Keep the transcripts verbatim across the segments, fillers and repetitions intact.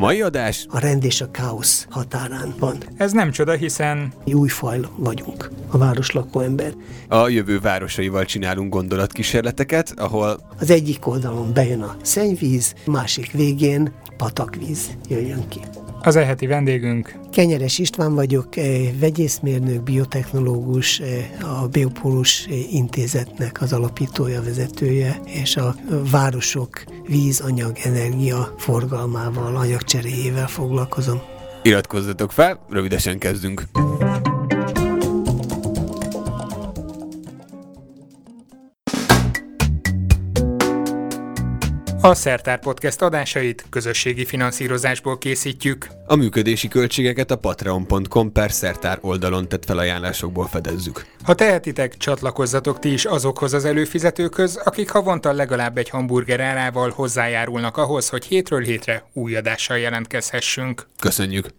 mai adás a rend és a káosz határán van. Ez nem csoda, hiszen új faj vagyunk, a városlakó ember. A jövő városaival csinálunk gondolatkísérleteket, ahol az egyik oldalon bejön a szennyvíz, másik végén patakvíz jöjjön ki. Az eheti vendégünk Kenyeres István vagyok, vegyészmérnök, biotechnológus, a Biopólus Intézetnek az alapítója, vezetője, és a városok víz, anyag, energia forgalmával, anyagcseréjével foglalkozom. Iratkozzatok fel, rövidesen kezdünk. A Szertár Podcast adásait közösségi finanszírozásból készítjük. A működési költségeket a patreon pont com per szertár oldalon tett felajánlásokból fedezzük. Ha tehetitek, csatlakozzatok ti is azokhoz az előfizetőkhöz, akik havonta legalább egy hamburger árával hozzájárulnak ahhoz, hogy hétről hétre új adással jelentkezhessünk. Köszönjük!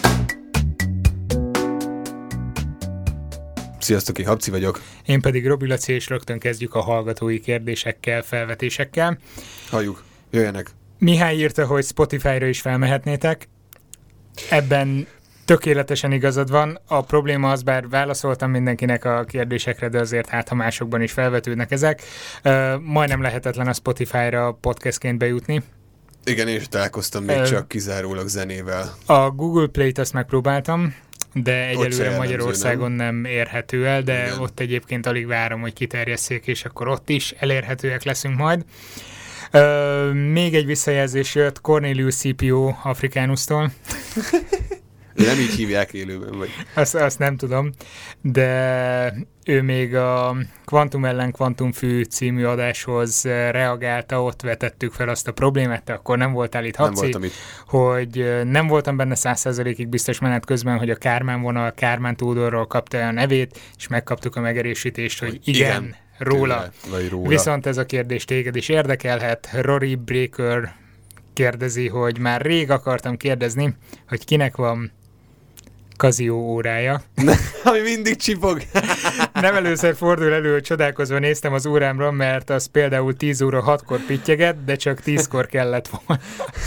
Sziasztok, én Habci vagyok. Én pedig Robi Laci, és rögtön kezdjük a hallgatói kérdésekkel, felvetésekkel. Halljuk, jöjjenek. Mihály írta, hogy Spotify-ra is felmehetnétek. Ebben tökéletesen igazad van. A probléma az, bár válaszoltam mindenkinek a kérdésekre, de azért hát, ha másokban is felvetődnek ezek. Uh, majdnem lehetetlen a Spotify-ra podcastként bejutni. Igen, én is találkoztam még uh, csak kizárólag zenével. A Google Play-t azt megpróbáltam, de egyelőre Magyarországon nem. nem érhető el, de Igen. Ott egyébként alig várom, hogy kiterjesszék, és akkor ott is elérhetőek leszünk majd. Uh, még egy visszajelzés jött Cornelius Scipio Africanusztól. Nem így hívják élőben, vagy? Azt, azt nem tudom, de ő még a Kvantum ellen Kvantumfű című adáshoz reagálta, ott vetettük fel azt a problémát, te akkor nem voltál itt, Habci, hogy nem voltam benne száz százalékig biztos menet közben, hogy a Kármán vonal Kármán Tódorról kapta a nevét, és megkaptuk a megerősítést, hogy igen, igen róla. Tőle, róla. Viszont ez a kérdés téged is érdekelhet. Rory Breaker kérdezi, hogy már rég akartam kérdezni, hogy kinek van Casio órája. Ami mindig csipog. Nem először fordul elő, hogy csodálkozva néztem az órámra, mert az például tíz óra hatkor pittyeget, de csak tízkor kellett volna.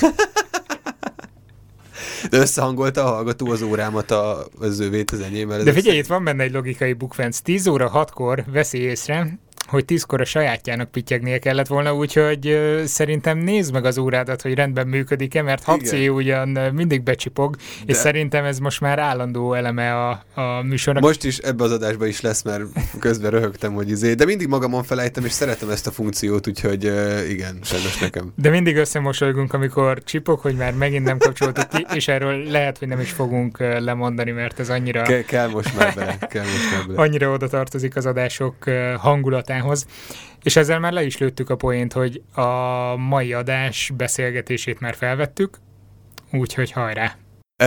De összehangolta a hallgató az órámat a, az ővét az enyémmel. De figyelj, itt van benne egy logikai bukfenc. tíz óra hatkor veszi észre, hogy tízkor a sajátjának pittyegnie kellett volna, úgyhogy uh, szerintem nézd meg az órádat, hogy rendben működik-e, mert Habci ugyan mindig becsipog, de és szerintem ez most már állandó eleme a, a műsornak. Most is ebbe az adásba is lesz, mert közben röhögtem, hogy izé, de mindig magamon felejtem, és szeretem ezt a funkciót, úgyhogy uh, igen, sajnos nekem. De mindig összemosolygunk, amikor csipog, hogy már megint nem kapcsoltuk ki, és erről lehet, hogy nem is fogunk uh, lemondani, mert ez annyira... Ke- kell most már bele, kell most már bele. Annyira oda tartozik az adások uh, hangulatán. És ezzel már le is lőttük a poént, hogy a mai adás beszélgetését már felvettük, úgyhogy hajrá!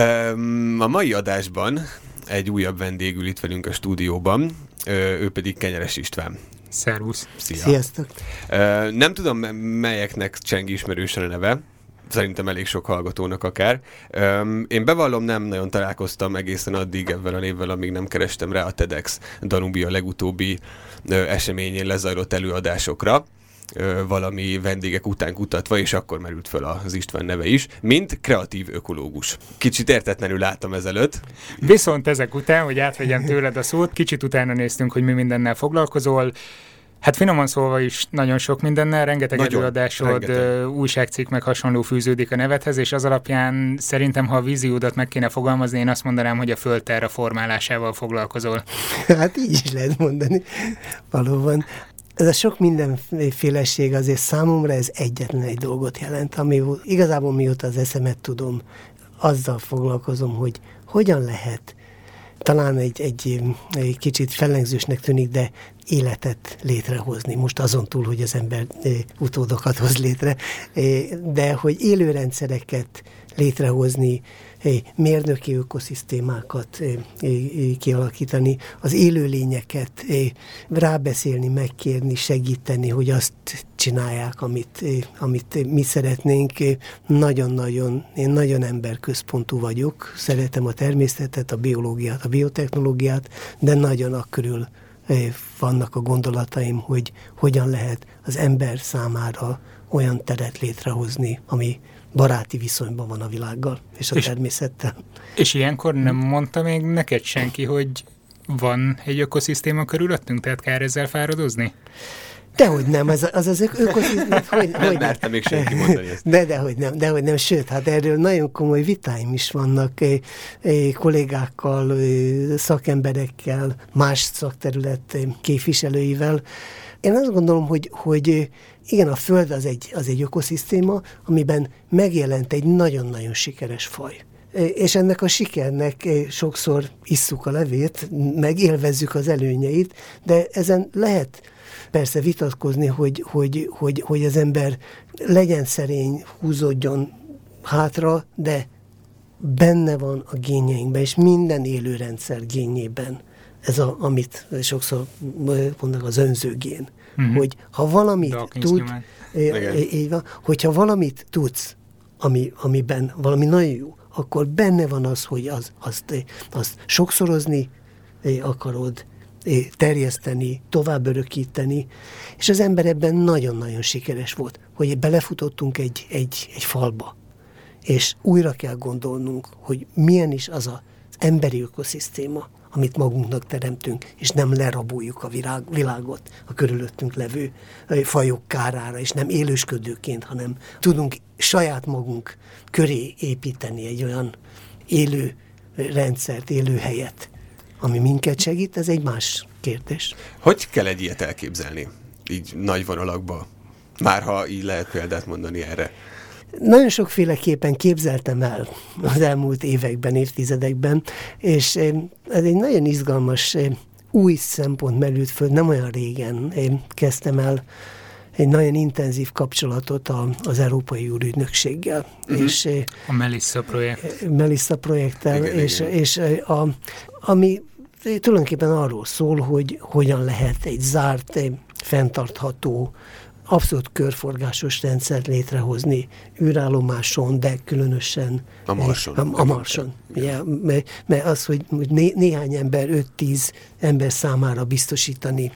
A mai adásban egy újabb vendég ül itt velünk a stúdióban, ő pedig Kenyeres István. Szervusz! Szia! Sziasztok! Nem tudom, melyeknek cseng ismerősen a neve, szerintem elég sok hallgatónak akár. Én bevallom, nem nagyon találkoztam egészen addig ebben a névvel, amíg nem kerestem rá a TEDx Danubia legutóbbi eseményén lezajlott előadásokra, valami vendégek után kutatva, és akkor merült föl az István neve is, mint kreatív ökológus. Kicsit értetlenül láttam ezelőtt. Viszont ezek után, hogy átvegyem tőled a szót, kicsit utána néztünk, hogy mi mindennel foglalkozol. Hát finoman szólva is nagyon sok mindennel, rengeteg nagyon, előadásod, rengeteg. Újságcikk meg hasonló fűződik a nevedhez, és az alapján szerintem, ha a víziódat meg kéne fogalmazni, én azt mondanám, hogy a földterra formálásával foglalkozol. Hát így is lehet mondani, valóban. Ez a sok mindenféleség azért számomra ez egyetlen egy dolgot jelent, ami igazából mióta az eszemet tudom, azzal foglalkozom, hogy hogyan lehet, talán egy, egy, egy kicsit fellengzősnek tűnik, de életet létrehozni. Most azon túl, hogy az ember e, utódokat hoz létre, e, de hogy élőrendszereket létrehozni, e, mérnöki ökoszisztémákat e, e, kialakítani, az élőlényeket e, rábeszélni, megkérni, segíteni, hogy azt csinálják, amit, e, amit mi szeretnénk. E, nagyon-nagyon, én nagyon emberközpontú vagyok, szeretem a természetet, a biológiát, a biotechnológiát, de nagyon akkörül vannak a gondolataim, hogy hogyan lehet az ember számára olyan teret létrehozni, ami baráti viszonyban van a világgal és a és, természettel. És ilyenkor nem mondta még neked senki, hogy van egy ökoszisztéma körülöttünk, tehát kár ezzel fáradozni? Dehogy nem, az az, az ökoszisztéma, hogy, nem hogy mertem még senki mondani ezt. De, dehogy nem, dehogy nem, sőt, hát erről nagyon komoly vitáim is vannak eh, eh, kollégákkal, eh, szakemberekkel, más szakterület eh, képviselőivel. Én azt gondolom, hogy, hogy igen, a Föld az egy, az egy ökoszisztéma, amiben megjelent egy nagyon-nagyon sikeres faj. És ennek a sikernek sokszor isszuk a levét, meg élvezzük az előnyeit, de ezen lehet persze vitatkozni, hogy, hogy, hogy, hogy az ember legyen szerény, húzódjon hátra, de benne van a génjeinkben, és minden élőrendszer génjében ez, a, amit sokszor mondnak, az önzőgén. Mm-hmm. Hogy ha valamit tud, így van, hogyha valamit tudsz, ami, amiben valami nagyon jó, akkor benne van az, hogy az, azt, azt sokszorozni akarod, terjeszteni, tovább örökíteni, és az ember ebben nagyon-nagyon sikeres volt, hogy belefutottunk egy, egy, egy falba, és újra kell gondolnunk, hogy milyen is az az emberi ökoszisztéma, amit magunknak teremtünk, és nem leraboljuk a világ, világot a körülöttünk levő fajok kárára, és nem élősködőként, hanem tudunk saját magunk köré építeni egy olyan élő rendszert, élő helyet, ami minket segít, ez egy más kérdés. Hogy kell egy ilyet elképzelni, így nagy vonalakban? Már ha így lehet példát mondani erre. Nagyon sokféleképpen képzeltem el az elmúlt években, évtizedekben, és ez egy nagyon izgalmas, új szempont merült föl, nem olyan régen én kezdtem el egy nagyon intenzív kapcsolatot a, az Európai űrügynökséggel. Uh-huh. És, a Melissa projekt. Melissa projekttel, igen, és, igen. és a, ami tulajdonképpen arról szól, hogy hogyan lehet egy zárt, fenntartható, abszolút körforgásos rendszert létrehozni űrállomáson, de különösen a Marson. A, a Marson. Ja, mert, mert az, hogy né, néhány ember, öt-tíz ember számára biztosítani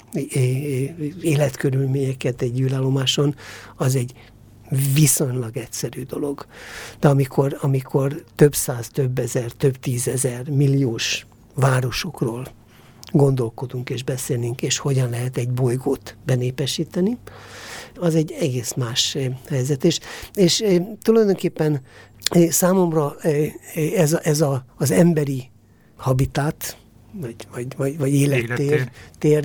életkörülményeket egy űrállomáson, az egy viszonylag egyszerű dolog. De amikor, amikor több száz, több ezer, több tízezer, milliós városokról gondolkodunk és beszélünk, és hogyan lehet egy bolygót benépesíteni, az egy egész más helyzet. És, és tulajdonképpen számomra ez, a, ez a, az emberi habitát, vagy, vagy, vagy, vagy élettér, tér,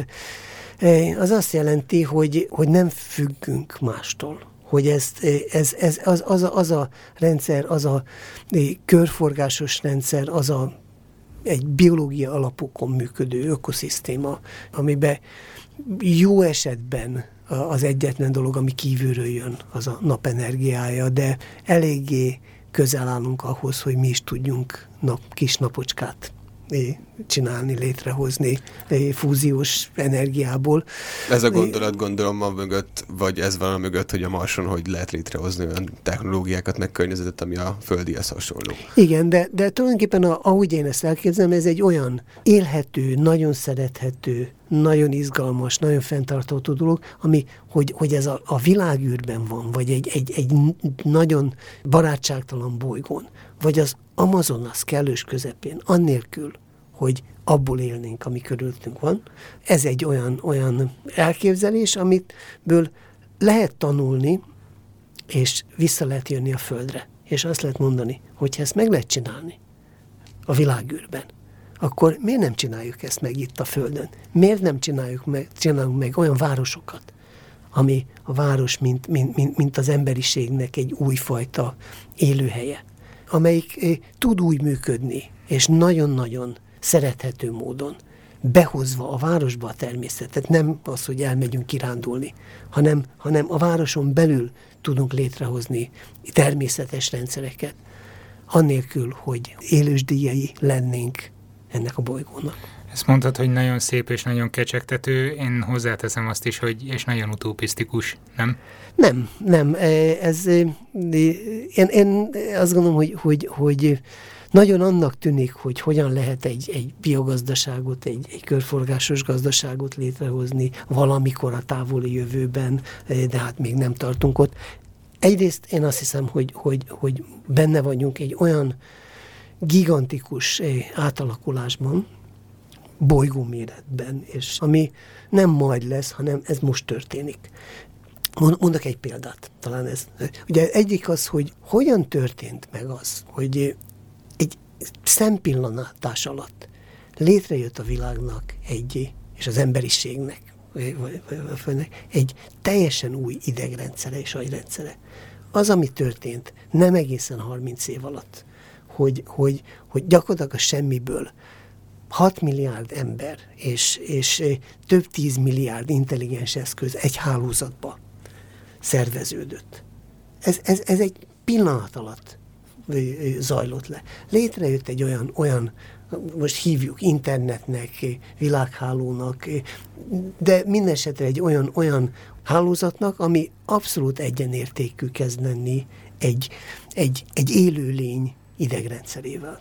az azt jelenti, hogy, hogy nem függünk mástól. Hogy ez, ez, ez az, az, a, az a rendszer, az a körforgásos rendszer, az a egy biológia alapokon működő ökoszisztéma, amiben jó esetben az egyetlen dolog, ami kívülről jön, az a napenergiája, de eléggé közel állunk ahhoz, hogy mi is tudjunk nap, kis napocskát csinálni, létrehozni fúziós energiából. Ez a gondolat gondolom a mögött, vagy ez van a mögött, hogy a Marson hogy lehet létrehozni olyan technológiákat, meg környezetet, ami a földihez hasonló. Igen, de, de tulajdonképpen a, ahogy én ezt elképzelem, ez egy olyan élhető, nagyon szerethető, nagyon izgalmas, nagyon fenntartható dolog, ami, hogy, hogy ez a, a világűrben van, vagy egy, egy, egy nagyon barátságtalan bolygón, vagy az Amazonas kellős közepén, annélkül, hogy abból élnénk, ami körülöttünk van. Ez egy olyan, olyan elképzelés, amitből lehet tanulni, és vissza lehet jönni a Földre. És azt lehet mondani, hogy ha ezt meg lehet csinálni a világűrben, akkor miért nem csináljuk ezt meg itt a Földön? Miért nem csináljuk meg, csinálunk meg olyan városokat, ami a város, mint, mint, mint, mint az emberiségnek egy újfajta élőhelye, amelyik eh, tud úgy működni, és nagyon-nagyon szerethető módon, behozva a városba a természetet, nem az, hogy elmegyünk kirándulni, hanem, hanem a városon belül tudunk létrehozni természetes rendszereket, annélkül, hogy élősdíjai lennénk ennek a bolygónak. Ezt mondtad, hogy nagyon szép és nagyon kecsegtető, én hozzáteszem azt is, hogy és nagyon utopisztikus, nem? Nem, nem. Ez, én, én azt gondolom, hogy, hogy, hogy nagyon annak tűnik, hogy hogyan lehet egy, egy biogazdaságot, egy, egy körforgásos gazdaságot létrehozni valamikor a távoli jövőben, de hát még nem tartunk ott. Egyrészt én azt hiszem, hogy, hogy, hogy benne vagyunk egy olyan gigantikus átalakulásban, bolygóméretben, és ami nem majd lesz, hanem ez most történik. Mondok egy példát, talán ez. Ugye egyik az, hogy hogyan történt meg az, hogy egy szempillantás alatt létrejött a világnak egy, és az emberiségnek egy teljesen új idegrendszere és agyrendszere. Az, ami történt, nem egészen harminc év alatt, hogy, hogy, hogy gyakorlatilag a semmiből hat milliárd ember és, és több tíz milliárd intelligens eszköz egy hálózatba szerveződött. Ez, ez, ez egy pillanat alatt zajlott le. Létrejött egy olyan, olyan, most hívjuk internetnek, világhálónak, de minden esetre egy olyan, olyan hálózatnak, ami abszolút egyenértékű kezd lenni egy, egy, egy élőlény idegrendszerével.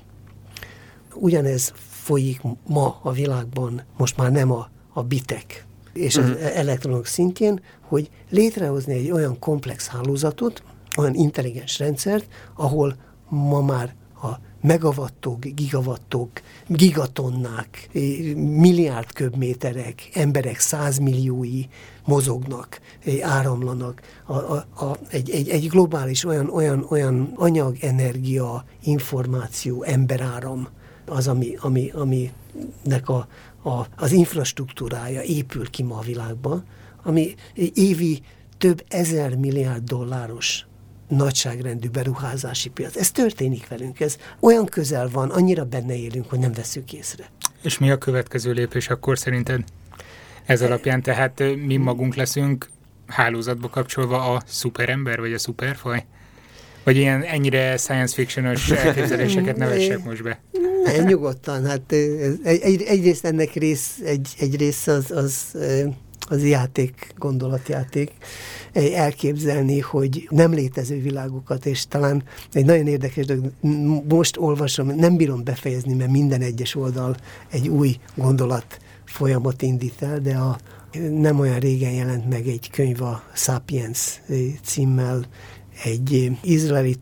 Ugyanez folyik ma a világban, most már nem a, a bitek és az uh-huh. elektronok szintjén, hogy létrehozni egy olyan komplex hálózatot, olyan intelligens rendszert, ahol ma már a megawattok, gigawattok, gigatonnák, milliárd köbméterek, emberek százmilliói mozognak, áramlanak. A, a, a, egy, egy, egy globális olyan, olyan, olyan anyag, energia, információ, emberáram az, ami, ami, aminek a, a, az infrastruktúrája épül ki ma a világban, ami évi több ezer milliárd dolláros nagyságrendű beruházási piac. Ez történik velünk, ez olyan közel van, annyira benne élünk, hogy nem veszük észre. És mi a következő lépés akkor szerinted? Ez alapján tehát mi magunk leszünk hálózatba kapcsolva a szuperember, vagy a szuperfaj? Vagy ilyen ennyire science fiction-os elképzeléseket ne vessek most be? Ne, nyugodtan. Hát egy, egyrészt ennek rész, egy, egy rész az, az, az játék, gondolatjáték. Elképzelni, hogy nem létező világokat, és talán egy nagyon érdekes dolog, most olvasom, nem bírom befejezni, mert minden egyes oldal egy új gondolat folyamat indít el, de a, nem olyan régen jelent meg egy könyv a Sapiens címmel, egy izraeli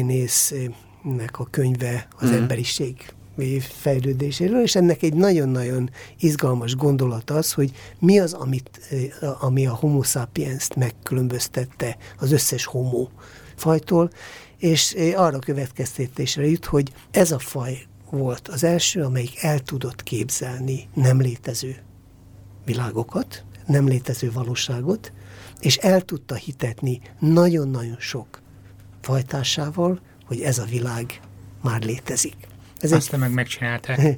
történésznek a könyve az mm. emberiség fejlődéséről, és ennek egy nagyon-nagyon izgalmas gondolat az, hogy mi az, amit, ami a homo sapiens-t megkülönböztette az összes homo fajtól, és arra következtetésre jut, hogy ez a faj volt az első, amelyik el tudott képzelni nem létező világokat, nem létező valóságot, és el tudta hitetni nagyon-nagyon sok fajtásával, hogy ez a világ már létezik. Ez Azt egy... meg megcsinálták.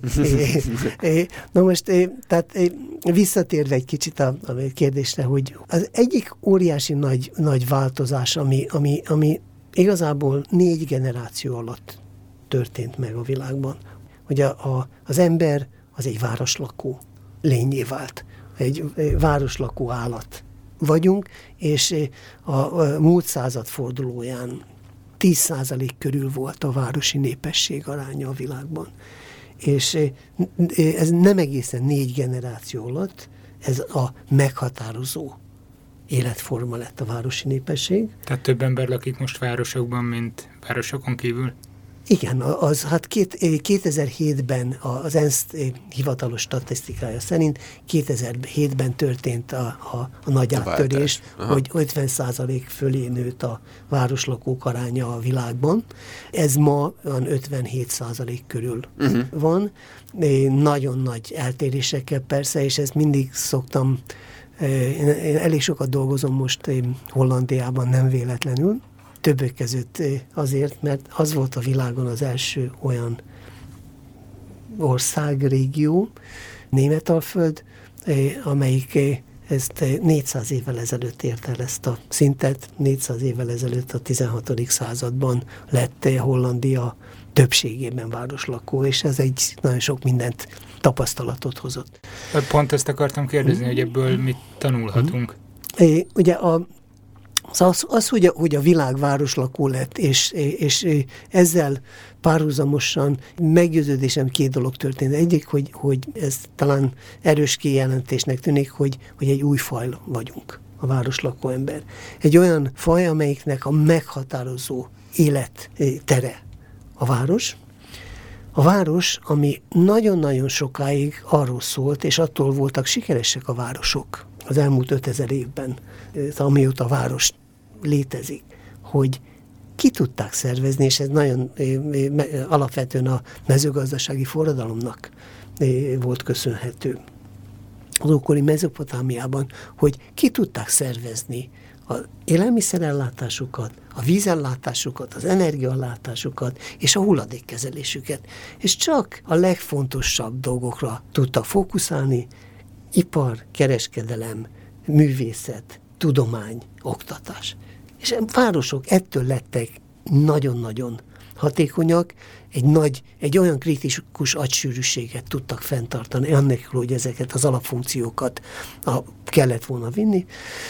Na most, tehát visszatérve egy kicsit a, a kérdésre, hogy az egyik óriási nagy, nagy változás, ami, ami, ami igazából négy generáció alatt történt meg a világban, hogy a, a, az ember az egy városlakó lényé vált, egy városlakó állat vagyunk, és a, a múlt század fordulóján tíz százalék körül volt a városi népesség aránya a világban. És ez nem egészen négy generáció alatt, ez a meghatározó életforma lett a városi népesség. Tehát több ember lakik most városokban, mint városokon kívül? Igen, az, hát két, kétezer-hétben az ENSZ hivatalos statisztikája szerint kétezer-hétben történt a, a, a nagy áttörés, hogy ötven százalék fölé nőtt a városlakók aránya a világban. Ez ma ötvenhét százalék körül uh-huh. van. Nagyon nagy eltérésekkel persze, és ezt mindig szoktam, én elég sokat dolgozom most Hollandiában, nem véletlenül, többek között azért, mert az volt a világon az első olyan országrégió, Németalföld, amelyik ezt négyszáz évvel ezelőtt ért el ezt a szintet, négyszáz évvel ezelőtt a tizenhatodik században lett Hollandia többségében városlakó, és ez egy nagyon sok mindent, tapasztalatot hozott. Pont ezt akartam kérdezni, mm. hogy ebből mit tanulhatunk? É, ugye a Az, az hogy, a, hogy a világ városlakó lett, és, és ezzel párhuzamosan meggyőződésem két dolog történt. Egyik, hogy, hogy ez talán erős kijelentésnek tűnik, hogy, hogy egy új faj vagyunk a a városlakó ember. Egy olyan faj, amelyiknek a meghatározó élettere a város. A város, ami nagyon-nagyon sokáig arról szólt, és attól voltak sikeresek a városok az elmúlt ötezer évben, amióta a város létezik, hogy ki tudták szervezni, és ez nagyon alapvetően a mezőgazdasági forradalomnak volt köszönhető az ókori Mezopotámiában, hogy ki tudták szervezni az élelmiszerellátásukat, a vízellátásukat, az energiaellátásukat és a hulladékkezelésüket. És csak a legfontosabb dolgokra tudtak fókuszálni: ipar, kereskedelem, művészet, tudomány, oktatás. És a városok ettől lettek nagyon-nagyon hatékonyak, egy nagy, egy olyan kritikus agysűrűséget tudtak fenntartani, annélkül, hogy ezeket az alapfunkciókat a, kellett volna vinni.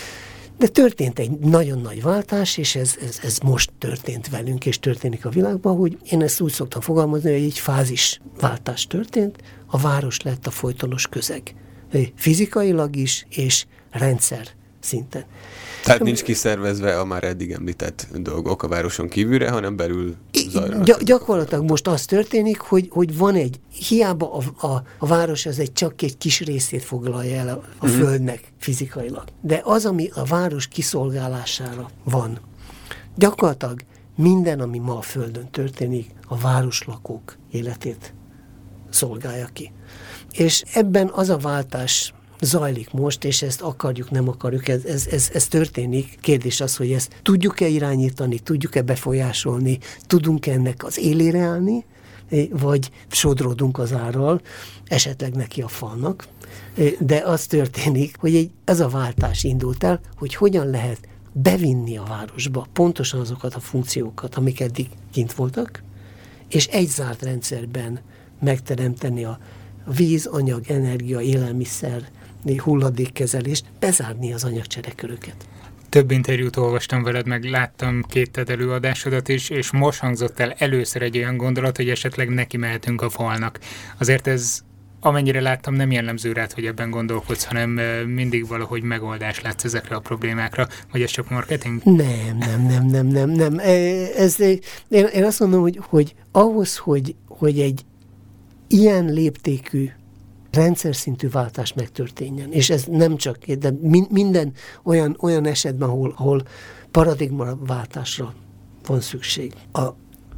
De történt egy nagyon nagy váltás, és ez, ez, ez most történt velünk, és történik a világban, hogy én ezt úgy szoktam fogalmazni, hogy egy fázisváltás történt, a város lett a folytonos közeg. Fizikailag is, és rendszer szinten. Tehát nincs kiszervezve a már eddig említett dolgok a városon kívülre, hanem belül zajlanak. Gy- gyakorlatilag most az történik, hogy, hogy van egy, hiába a, a, a város az egy csak egy kis részét foglalja el a, a mm-hmm. földnek fizikailag. De az, ami a város kiszolgálására van, gyakorlatilag minden, ami ma a földön történik, a városlakók életét szolgálja ki. És ebben az a váltás zajlik most, és ezt akarjuk, nem akarjuk, ez, ez, ez, ez történik. Kérdés az, hogy ezt tudjuk-e irányítani, tudjuk-e befolyásolni, tudunk-e ennek az élére állni, vagy sodródunk az árral, esetleg neki a falnak. De az történik, hogy egy, ez a váltás indult el, hogy hogyan lehet bevinni a városba pontosan azokat a funkciókat, amik eddig kint voltak, és egy zárt rendszerben megteremteni a víz, anyag, energia, élelmiszer, hulladékkezelést, bezárni az anyagcsereköröket. Több interjút olvastam veled, meg láttam két TED előadásodat is, és most hangzott el először egy olyan gondolat, hogy esetleg neki mehetünk a falnak. Azért ez, amennyire láttam, nem jellemző rád, hogy ebben gondolkodsz, hanem mindig valahogy megoldás látsz ezekre a problémákra, vagy ez csak marketing? Nem, nem, nem, nem, nem, nem. Ez, én, én azt mondom, hogy, hogy ahhoz, hogy, hogy egy ilyen léptékű rendszer szintű váltás megtörténjen. És ez nem csak, de minden olyan, olyan esetben, ahol, ahol paradigmaváltásra van szükség. A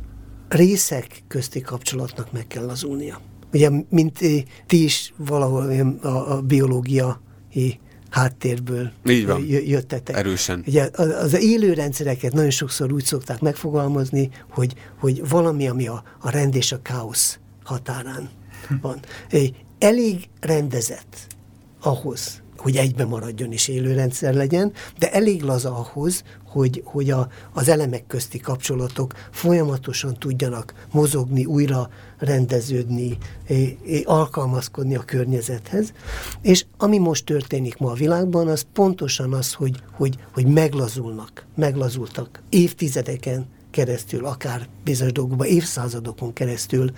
részek közti kapcsolatnak meg kell lazulnia. Ugye, mint ti is valahol a, a biológiai háttérből így van. Jöttetek. Erősen. Ugye az élő rendszereket nagyon sokszor úgy szokták megfogalmazni, hogy, hogy valami, ami a, a rend és a káosz határán van. Elég rendezett ahhoz, hogy egybe maradjon és élő rendszer legyen, de elég laza ahhoz, hogy, hogy a, az elemek közti kapcsolatok folyamatosan tudjanak mozogni, újra rendeződni, alkalmazkodni a környezethez. És ami most történik ma a világban, az pontosan az, hogy, hogy, hogy meglazulnak, meglazultak évtizedeken keresztül, akár bizonyos dolgokban, évszázadokon keresztül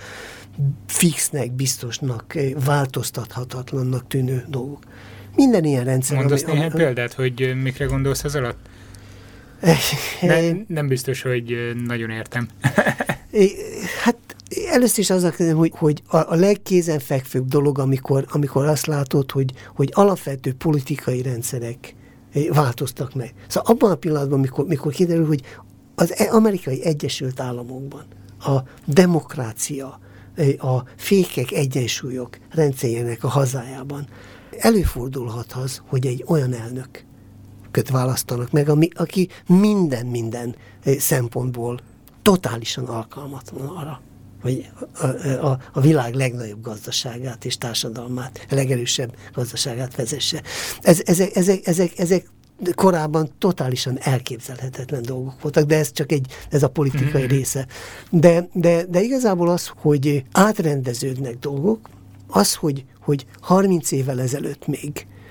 fixnek, biztosnak, változtathatatlannak tűnő dolgok. Minden ilyen rendszer... Mondasz ami, néhány ami, példát, hogy mikre gondolsz ez alatt? Nem, nem biztos, hogy nagyon értem. Hát először is azzal kezdem, hogy, hogy a, a legkézenfekvőbb dolog, amikor, amikor azt látod, hogy, hogy alapvető politikai rendszerek változtak meg. Szóval abban a pillanatban, mikor, mikor kiderül, hogy az Amerikai Egyesült Államokban a demokrácia, a fékek, egyensúlyok rendszerének a hazájában előfordulhat az, hogy egy olyan elnököt választanak meg, ami, aki minden-minden szempontból totálisan alkalmatlan arra, hogy a, a, a világ legnagyobb gazdaságát és társadalmát, a legerősebb gazdaságát vezesse. Ez, ezek, ezek, ezek, ezek korábban totálisan elképzelhetetlen dolgok voltak, de ez csak egy, ez a politikai mm-hmm. része. De, de, de igazából az, hogy átrendeződnek dolgok, az, hogy, hogy harminc évvel ezelőtt még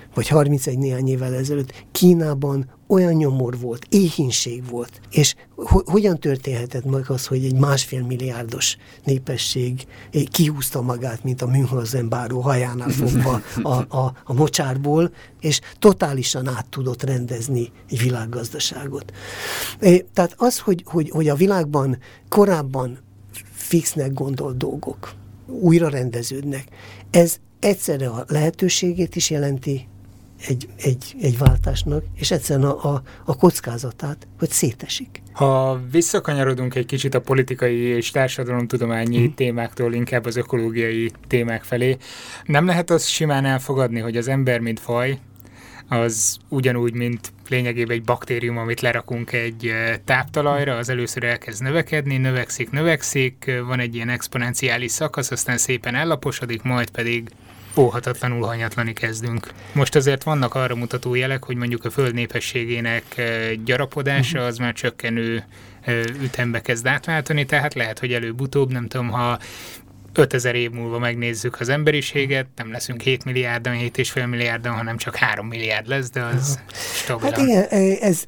vagy harmincegy néhány évvel ezelőtt Kínában olyan nyomor volt, éhínség volt, és ho- hogyan történhetett meg az, hogy egy másfél milliárdos népesség kihúzta magát, mint a Münchhausen báró hajánál fogva a, a, a mocsárból, és totálisan át tudott rendezni egy világgazdaságot. Tehát az, hogy, hogy, hogy a világban korábban fixnek gondolt dolgok újra rendeződnek, ez egyszerre a lehetőségét is jelenti egy, egy, egy váltásnak, és egyszerűen a, a, a kockázatát, hogy szétesik. Ha visszakanyarodunk egy kicsit a politikai és társadalomtudományi hmm. témáktól inkább az ökológiai témák felé, nem lehet azt simán elfogadni, hogy az ember, mint faj, az ugyanúgy, mint lényegében egy baktérium, amit lerakunk egy táptalajra, az először elkezd növekedni, növekszik, növekszik, van egy ilyen exponenciális szakasz, aztán szépen ellaposodik, majd pedig óhatatlanul hanyatlani kezdünk. Most azért vannak arra mutató jelek, hogy mondjuk a föld népességének gyarapodása az már csökkenő ütembe kezd átváltani, tehát lehet, hogy előbb-utóbb, nem tudom, ha ötezer év múlva megnézzük az emberiséget, nem leszünk hét milliárdan, hét és fél milliárdan, hanem csak három milliárd lesz, de az stabilan. Hát igen, ez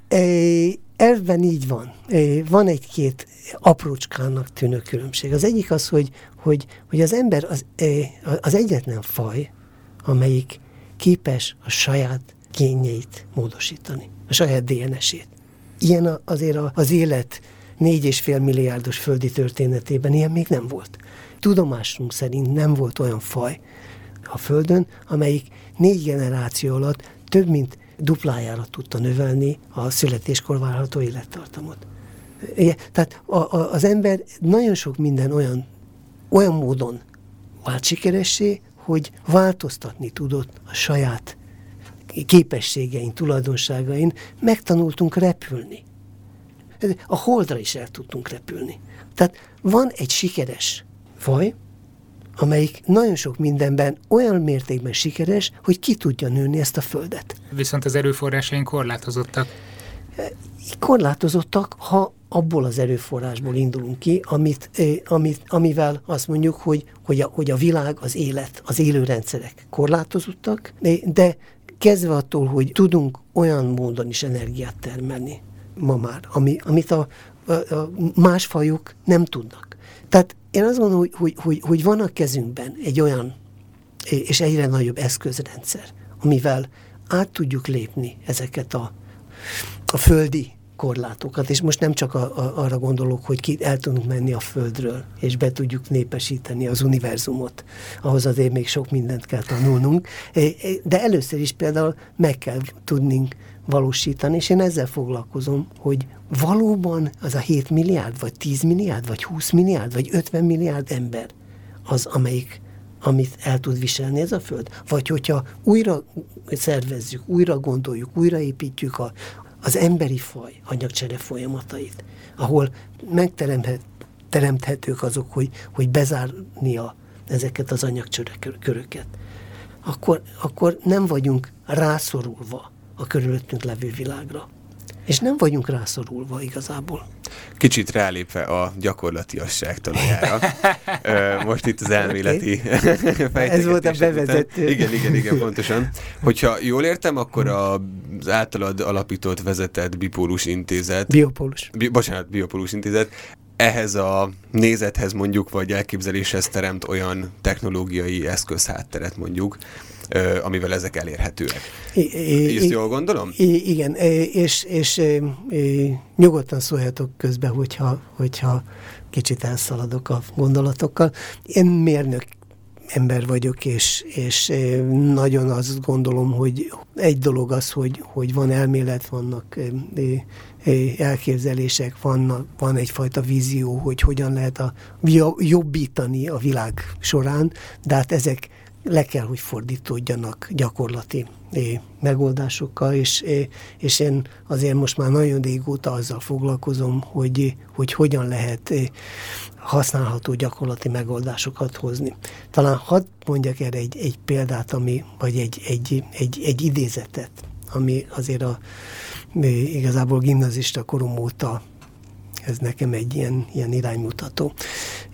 elvben így van. Van egy-két aprócskának tűnő különbség. Az egyik az, hogy, hogy, hogy az ember az, az egyetlen faj, amelyik képes a saját génjeit módosítani, a saját dé en es-ét. Ilyen azért az élet négy és fél milliárdos földi történetében ilyen még nem volt. Tudomásunk szerint nem volt olyan faj a Földön, amelyik négy generáció alatt több mint duplájára tudta növelni a születéskor várható élettartamot. Igen, tehát a, a, az ember nagyon sok minden olyan, olyan módon vált sikeressé, hogy változtatni tudott a saját képességein, tulajdonságain. Megtanultunk repülni. A Holdra is el tudtunk repülni. Tehát van egy sikeres faj, amelyik nagyon sok mindenben olyan mértékben sikeres, hogy ki tudja nőni ezt a Földet. Viszont az erőforrásaink korlátozottak. Korlátozottak, ha abból az erőforrásból indulunk ki, amit, amit, amivel azt mondjuk, hogy, hogy, a, hogy a világ, az élet, az élőrendszerek korlátozottak, de kezdve attól, hogy tudunk olyan módon is energiát termelni ma már, ami, amit a, a, a más fajok nem tudnak. Tehát én azt gondolom, hogy, hogy, hogy, hogy van a kezünkben egy olyan és egyre nagyobb eszközrendszer, amivel át tudjuk lépni ezeket a, a földi korlátokat, és most nem csak a, a, arra gondolok, hogy ki el tudunk menni a Földről, és be tudjuk népesíteni az univerzumot. Ahhoz azért még sok mindent kell tanulnunk, de először is például meg kell tudnunk valósítani, és én ezzel foglalkozom, hogy valóban az a hét milliárd, vagy tíz milliárd, vagy húsz milliárd, vagy ötven milliárd ember az, amelyik, amit el tud viselni ez a Föld. Vagy hogyha újra szervezzük, újra gondoljuk, újraépítjük a, az emberi faj anyagcsere folyamatait, ahol megteremthetők azok, hogy, hogy bezárni a, ezeket az anyagcsere köröket, akkor, akkor nem vagyunk rászorulva a körülöttünk levő világra. És nem vagyunk rászorulva igazából. Kicsit rálépve a gyakorlatiasság talajára. Most itt az elméleti fejtegetések. Ez volt a bevezető. Után. Igen, igen, igen, pontosan. Hogyha jól értem, akkor az általad alapított, vezetett Bipólus Intézet. Biopólus. Bi- bocsánat, Biopólus Intézet. Ehhez a nézethez mondjuk, vagy elképzeléshez teremt olyan technológiai eszközhátteret mondjuk, amivel ezek elérhetőek. Ezt jól gondolom? I- igen, és, és nyugodtan szóljatok közbe, hogyha, hogyha kicsit elszaladok a gondolatokkal. Én mérnök ember vagyok, és, és nagyon azt gondolom, hogy egy dolog az, hogy, hogy van elmélet, vannak elképzelések, vannak, van egyfajta vízió, hogy hogyan lehet a, jobbítani a világ során, de hát ezek le kell, hogy fordítódjanak gyakorlati megoldásokkal, és, és én azért most már nagyon régóta azzal foglalkozom, hogy, hogy hogyan lehet használható gyakorlati megoldásokat hozni. Talán hadd mondjak erre egy, egy példát, ami, vagy egy, egy, egy, egy idézetet, ami azért a, igazából gimnazista korom óta ez nekem egy ilyen, ilyen iránymutató.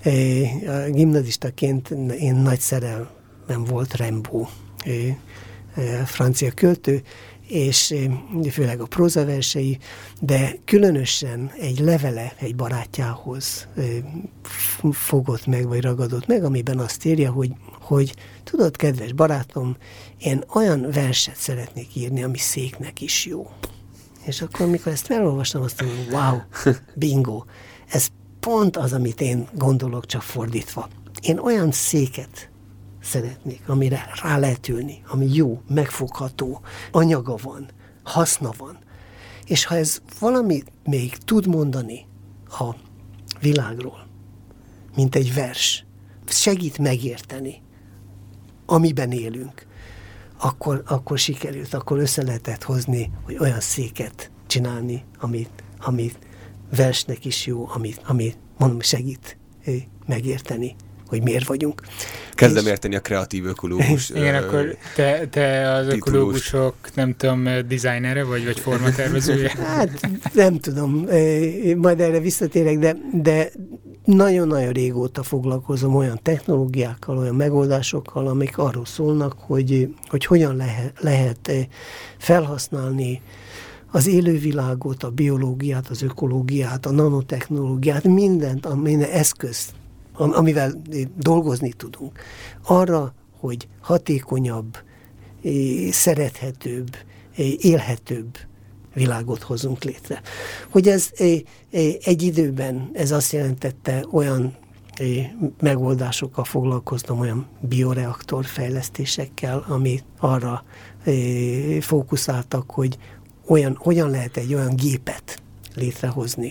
Gimnazistaként én nagy szerelmem volt Rambo francia költő, és főleg a prózaversei, de különösen egy levele egy barátjához fogott meg, vagy ragadott meg, amiben azt írja, hogy, hogy tudod, kedves barátom, én olyan verset szeretnék írni, ami széknek is jó. És akkor, amikor ezt felolvastam, azt mondom, wow, bingo, ez pont az, amit én gondolok, csak fordítva. Én olyan széket szeretnék, amire rá lehet ülni, ami jó, megfogható, anyaga van, haszna van. És ha ez valami még tud mondani a világról, mint egy vers, segít megérteni, amiben élünk, akkor, akkor sikerült, akkor össze lehetett hozni, hogy olyan széket csinálni, amit, amit versnek is jó, amit, amit mondom, segít megérteni, hogy miért vagyunk. Kezdem és... érteni a kreatív ökológus. Igen, ö, akkor te, te az titulus. Ökológusok, nem tudom, designere vagy, vagy formatervezője? Hát nem tudom, majd erre visszatérek, de, de nagyon-nagyon régóta foglalkozom olyan technológiákkal, olyan megoldásokkal, amik arról szólnak, hogy, hogy hogyan lehet, lehet felhasználni az élővilágot, a biológiát, az ökológiát, a nanotechnológiát, mindent, minden eszközt, amivel dolgozni tudunk, arra, hogy hatékonyabb, szerethetőbb, élhetőbb világot hozunk létre. Hogy ez egy időben, ez azt jelentette, olyan megoldásokkal foglalkoztam, olyan bioreaktor fejlesztésekkel, ami arra fókuszáltak, hogy olyan, hogyan lehet egy olyan gépet létrehozni,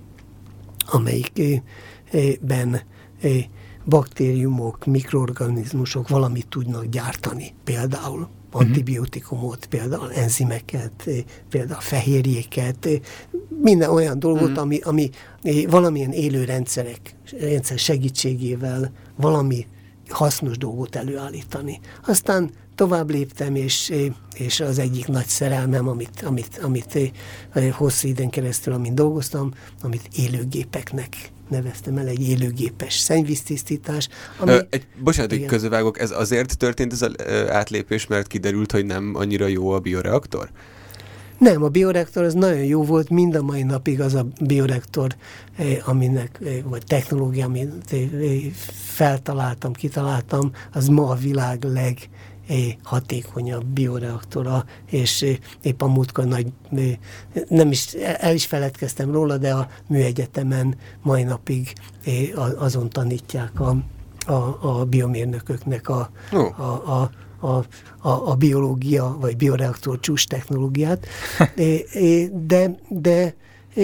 amelyikben baktériumok, mikroorganizmusok valamit tudnak gyártani, például antibiotikumot, például enzimeket, például fehérjéket, minden olyan dolgot, mm. ami, ami valamilyen élő rendszerek, rendszer segítségével valami hasznos dolgot előállítani. Aztán tovább léptem, és, és az egyik nagy szerelmem, amit, amit, amit hosszú időn keresztül, amin dolgoztam, amit élőgépeknek neveztem el, egy élőgépes szennyvíztisztítás. Ami, Ö, egy, bocsánat, hogy közövágok, ez azért történt ez az átlépés, mert kiderült, hogy nem annyira jó a bioreaktor? Nem, a bioreaktor az nagyon jó volt, mind a mai napig az a bioreaktor, aminek, vagy technológia, amit feltaláltam, kitaláltam, az ma a világ leg hatékonyabb bioreaktora, és épp a múltkor nagy, nem is, el is feledkeztem róla, de a műegyetemen mai napig azon tanítják a, a, a biomérnököknek a, oh. a, a A, a, a biológia, vagy bioreaktor csúcs technológiát, de, de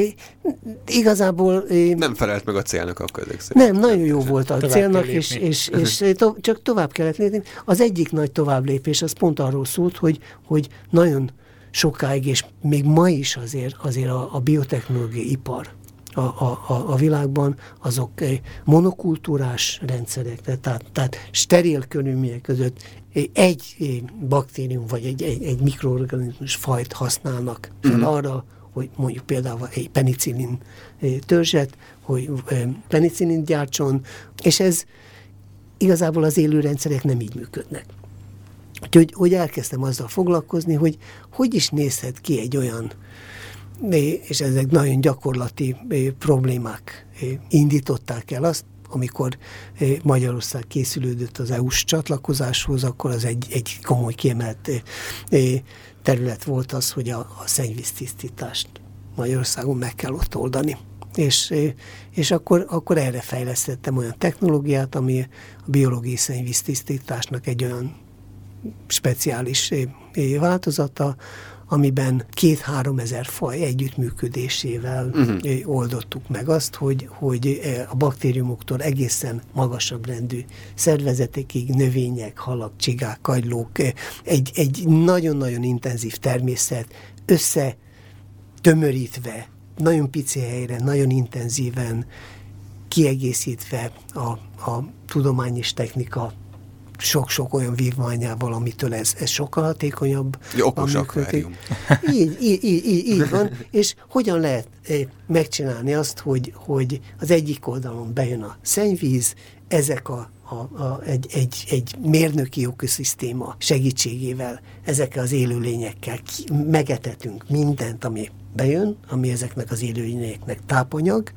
igazából... Nem felelt meg a célnak akkor ezek szerint. Nem, nagyon jó volt a tovább célnak, és, és, és to, csak tovább kellett lépni. Az egyik nagy továbblépés, az pont arról szólt, hogy, hogy nagyon sokáig, és még ma is azért, azért a, a biotechnológiai ipar a, a, a világban, azok monokultúrás rendszerek, tehát, tehát steril körülmények között egy baktérium, vagy egy, egy, egy mikroorganizmus fajt használnak fel mm. arra, hogy mondjuk például egy penicillin törzset, hogy penicillin gyártson, és ez igazából az élőrendszerek nem így működnek. Úgyhogy hogy elkezdtem azzal foglalkozni, hogy hogy is nézhet ki egy olyan, és ezek nagyon gyakorlati problémák indították el azt, amikor Magyarország készülődött az é u-s csatlakozáshoz, akkor az egy, egy komoly kiemelt terület volt az, hogy a, a szennyvíztisztítást Magyarországon meg kell ott oldani. És, és akkor, akkor erre fejlesztettem olyan technológiát, ami a biológiai szennyvíztisztításnak egy olyan speciális változata, amiben két-három ezer faj együttműködésével uh-huh. oldottuk meg azt, hogy, hogy a baktériumoktól egészen magasabb rendű szervezetekig, növények, halak, csigák, kagylók, egy, egy nagyon-nagyon intenzív természet összetömörítve, nagyon pici helyre, nagyon intenzíven kiegészítve a, a tudomány és technika sok-sok olyan vívmányával, amitől ez, ez sokkal hatékonyabb. Ja, okos akvárium. Így, így, így, így van. És hogyan lehet megcsinálni azt, hogy, hogy az egyik oldalon bejön a szennyvíz, ezek a, a, a, egy, egy, egy mérnöki ökoszisztéma segítségével ezekkel az élőlényekkel ki, megetetünk mindent, ami bejön, ami ezeknek az élőlényeknek tápanyag.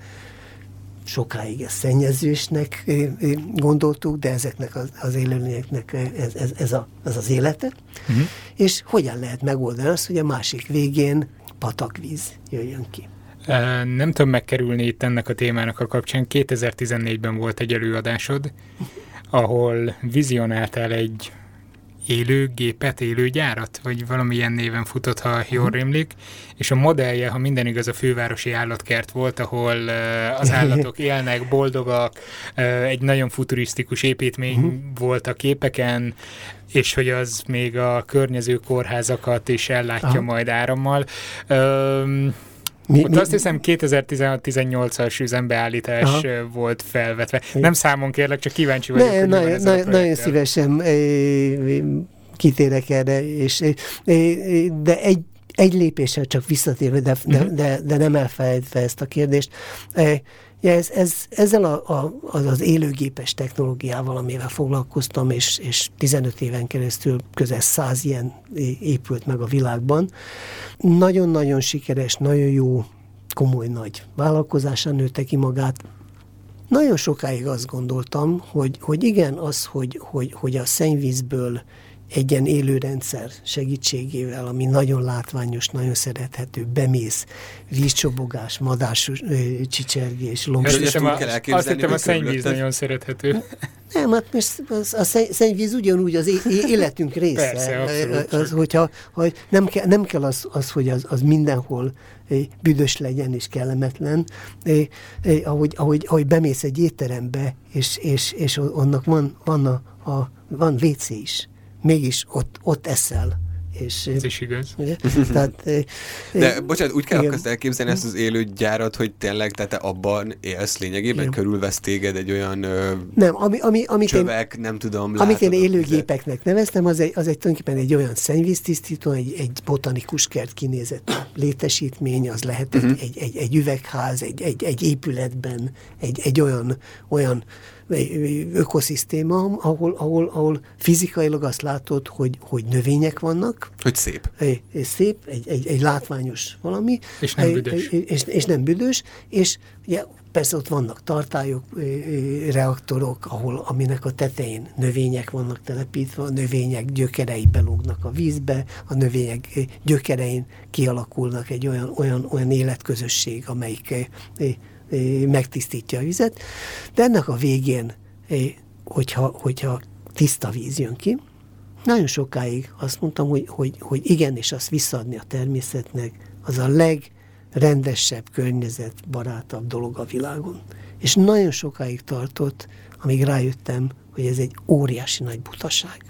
Sokáig ezt szennyezésnek gondoltuk, de ezeknek az, az élőlényeknek ez, ez, ez, a, ez az élete. Uh-huh. És hogyan lehet megoldani azt, hogy a másik végén patakvíz jöjjön ki. Nem tudom megkerülni itt ennek a témának a kapcsán. kétezer-tizennégyben volt egy előadásod, ahol vizionáltál egy élőgépet, élőgyárat, vagy valamilyen néven futott, ha jól rémlik, és a modellje, ha minden igaz, a fővárosi állatkert volt, ahol uh, az állatok élnek, boldogak, uh, egy nagyon futurisztikus építmény uh-huh. volt a képeken, és hogy az még a környező kórházakat is ellátja Aha. majd árammal. Um, Mi, Ott mi, azt hiszem kétezer-tizenhat-tizennyolcas üzembeállítás Aha. volt felvetve. Nem számon kérlek, csak kíváncsi vagyok, ne, hogy na, na, Nagyon szívesen e, kitérek erre, és, e, de egy, egy lépéssel csak visszatérve, de, uh-huh. de, de, de nem elfelejtve ezt a kérdést. E, ja, ez, ez, ezzel a, a, az, az élőgépes technológiával, amivel foglalkoztam, és, és tizenöt éven keresztül közel száz ilyen épült meg a világban. Nagyon-nagyon sikeres, nagyon jó, komoly nagy vállalkozással nőtte ki magát. Nagyon sokáig azt gondoltam, hogy, hogy igen, az, hogy, hogy, hogy a szennyvízből egy ilyen élőrendszer segítségével, ami nagyon látványos, nagyon szerethető, bemész, vízcsobogás, madás csicsergés, lombsés. Azt hittem, a szennyvíz nagyon szerethető. Nem, hát most a szennyvíz ugyanúgy az életünk része. Persze, az, hogyha, hogy nem, kell, nem kell az, az hogy az, az mindenhol büdös legyen és kellemetlen. Ahogy, ahogy, ahogy bemész egy étterembe, és, és, és annak van, van, a, a, van vé cé is. Mégis ott, ott eszel. És, ez is igaz. Ugye? Tehát, de bocsánat, úgy kell azt elképzelni ezt az élőgyárat, hogy tényleg te, te abban élsz lényegében, igen. körülvesz téged egy olyan ö, nem, ami, ami, amit csövek, én, nem tudom, amit látod, én élőgépeknek neveztem, az egy, az egy tulajdonképpen egy olyan szennyvíztisztító, egy, egy botanikus kert kinézett létesítmény, az lehet uh-huh. egy, egy, egy üvegház, egy, egy, egy épületben, egy, egy olyan, olyan ökoszisztéma, ahol, ahol, ahol fizikailag azt látod, hogy, hogy növények vannak. Hogy szép. Egy, egy szép, egy, egy, egy látványos valami. És nem büdös. Egy, és, és nem büdös, és ugye persze ott vannak tartályok, reaktorok, ahol, aminek a tetején növények vannak telepítve, a növények gyökerei belógnak a vízbe, a növények gyökerein kialakulnak egy olyan, olyan, olyan életközösség, amelyik megtisztítja a vizet, de ennek a végén, hogyha, hogyha tiszta víz jön ki, nagyon sokáig azt mondtam, hogy, hogy, hogy igen, és azt visszaadni a természetnek, az a legrendesebb, környezetbarátabb dolog a világon. És nagyon sokáig tartott, amíg rájöttem, hogy ez egy óriási nagy butaság.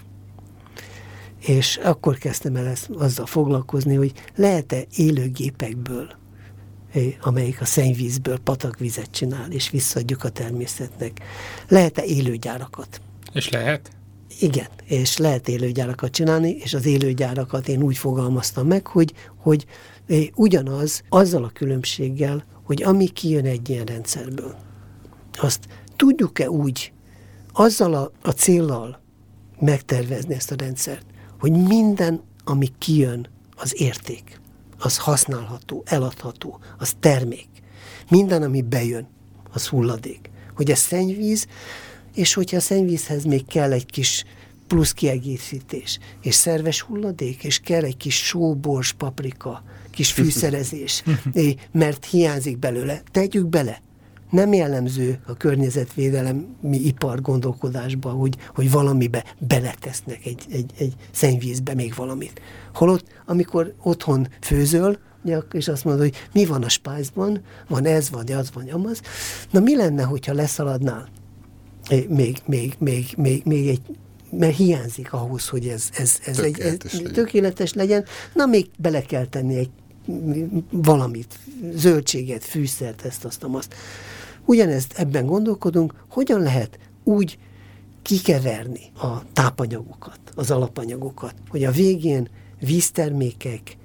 És akkor kezdtem el ezt, azzal foglalkozni, hogy lehet-e élőgépekből, amelyik a szennyvízből patakvizet csinál, és visszaadjuk a természetnek. Lehet-e élőgyárakat? És lehet? Igen, és lehet élőgyárakat csinálni, és az élőgyárakat én úgy fogalmaztam meg, hogy, hogy ugyanaz, azzal a különbséggel, hogy ami kijön egy ilyen rendszerből, azt tudjuk-e úgy, azzal a, a céllal megtervezni ezt a rendszert, hogy minden, ami kijön, az érték. Az használható, eladható, az termék. Minden, ami bejön, az hulladék. Hogy ez szennyvíz, és hogyha a szennyvízhez még kell egy kis plusz kiegészítés, és szerves hulladék, és kell egy kis só, bors, paprika, kis fűszerezés, mert hiányzik belőle, tegyük bele. Nem jellemző a környezetvédelemi ipar gondolkodásba, hogy, hogy valamibe beletesznek egy, egy, egy szennyvízbe még valamit. Holott, amikor otthon főzöl, és azt mondod, hogy mi van a spájzban, van ez, van az, van amaz, na mi lenne, hogyha leszaladnál? Még, még, még, még, még egy, mert hiányzik ahhoz, hogy ez, ez, ez tökéletes, egy, ez legyen. tökéletes legyen, na még bele kell tenni egy valamit, zöldséget, fűszert, ezt, azt, azt. Ugyanezt ebben gondolkodunk, hogyan lehet úgy kikeverni a tápanyagokat, az alapanyagokat, hogy a végén víztermékek,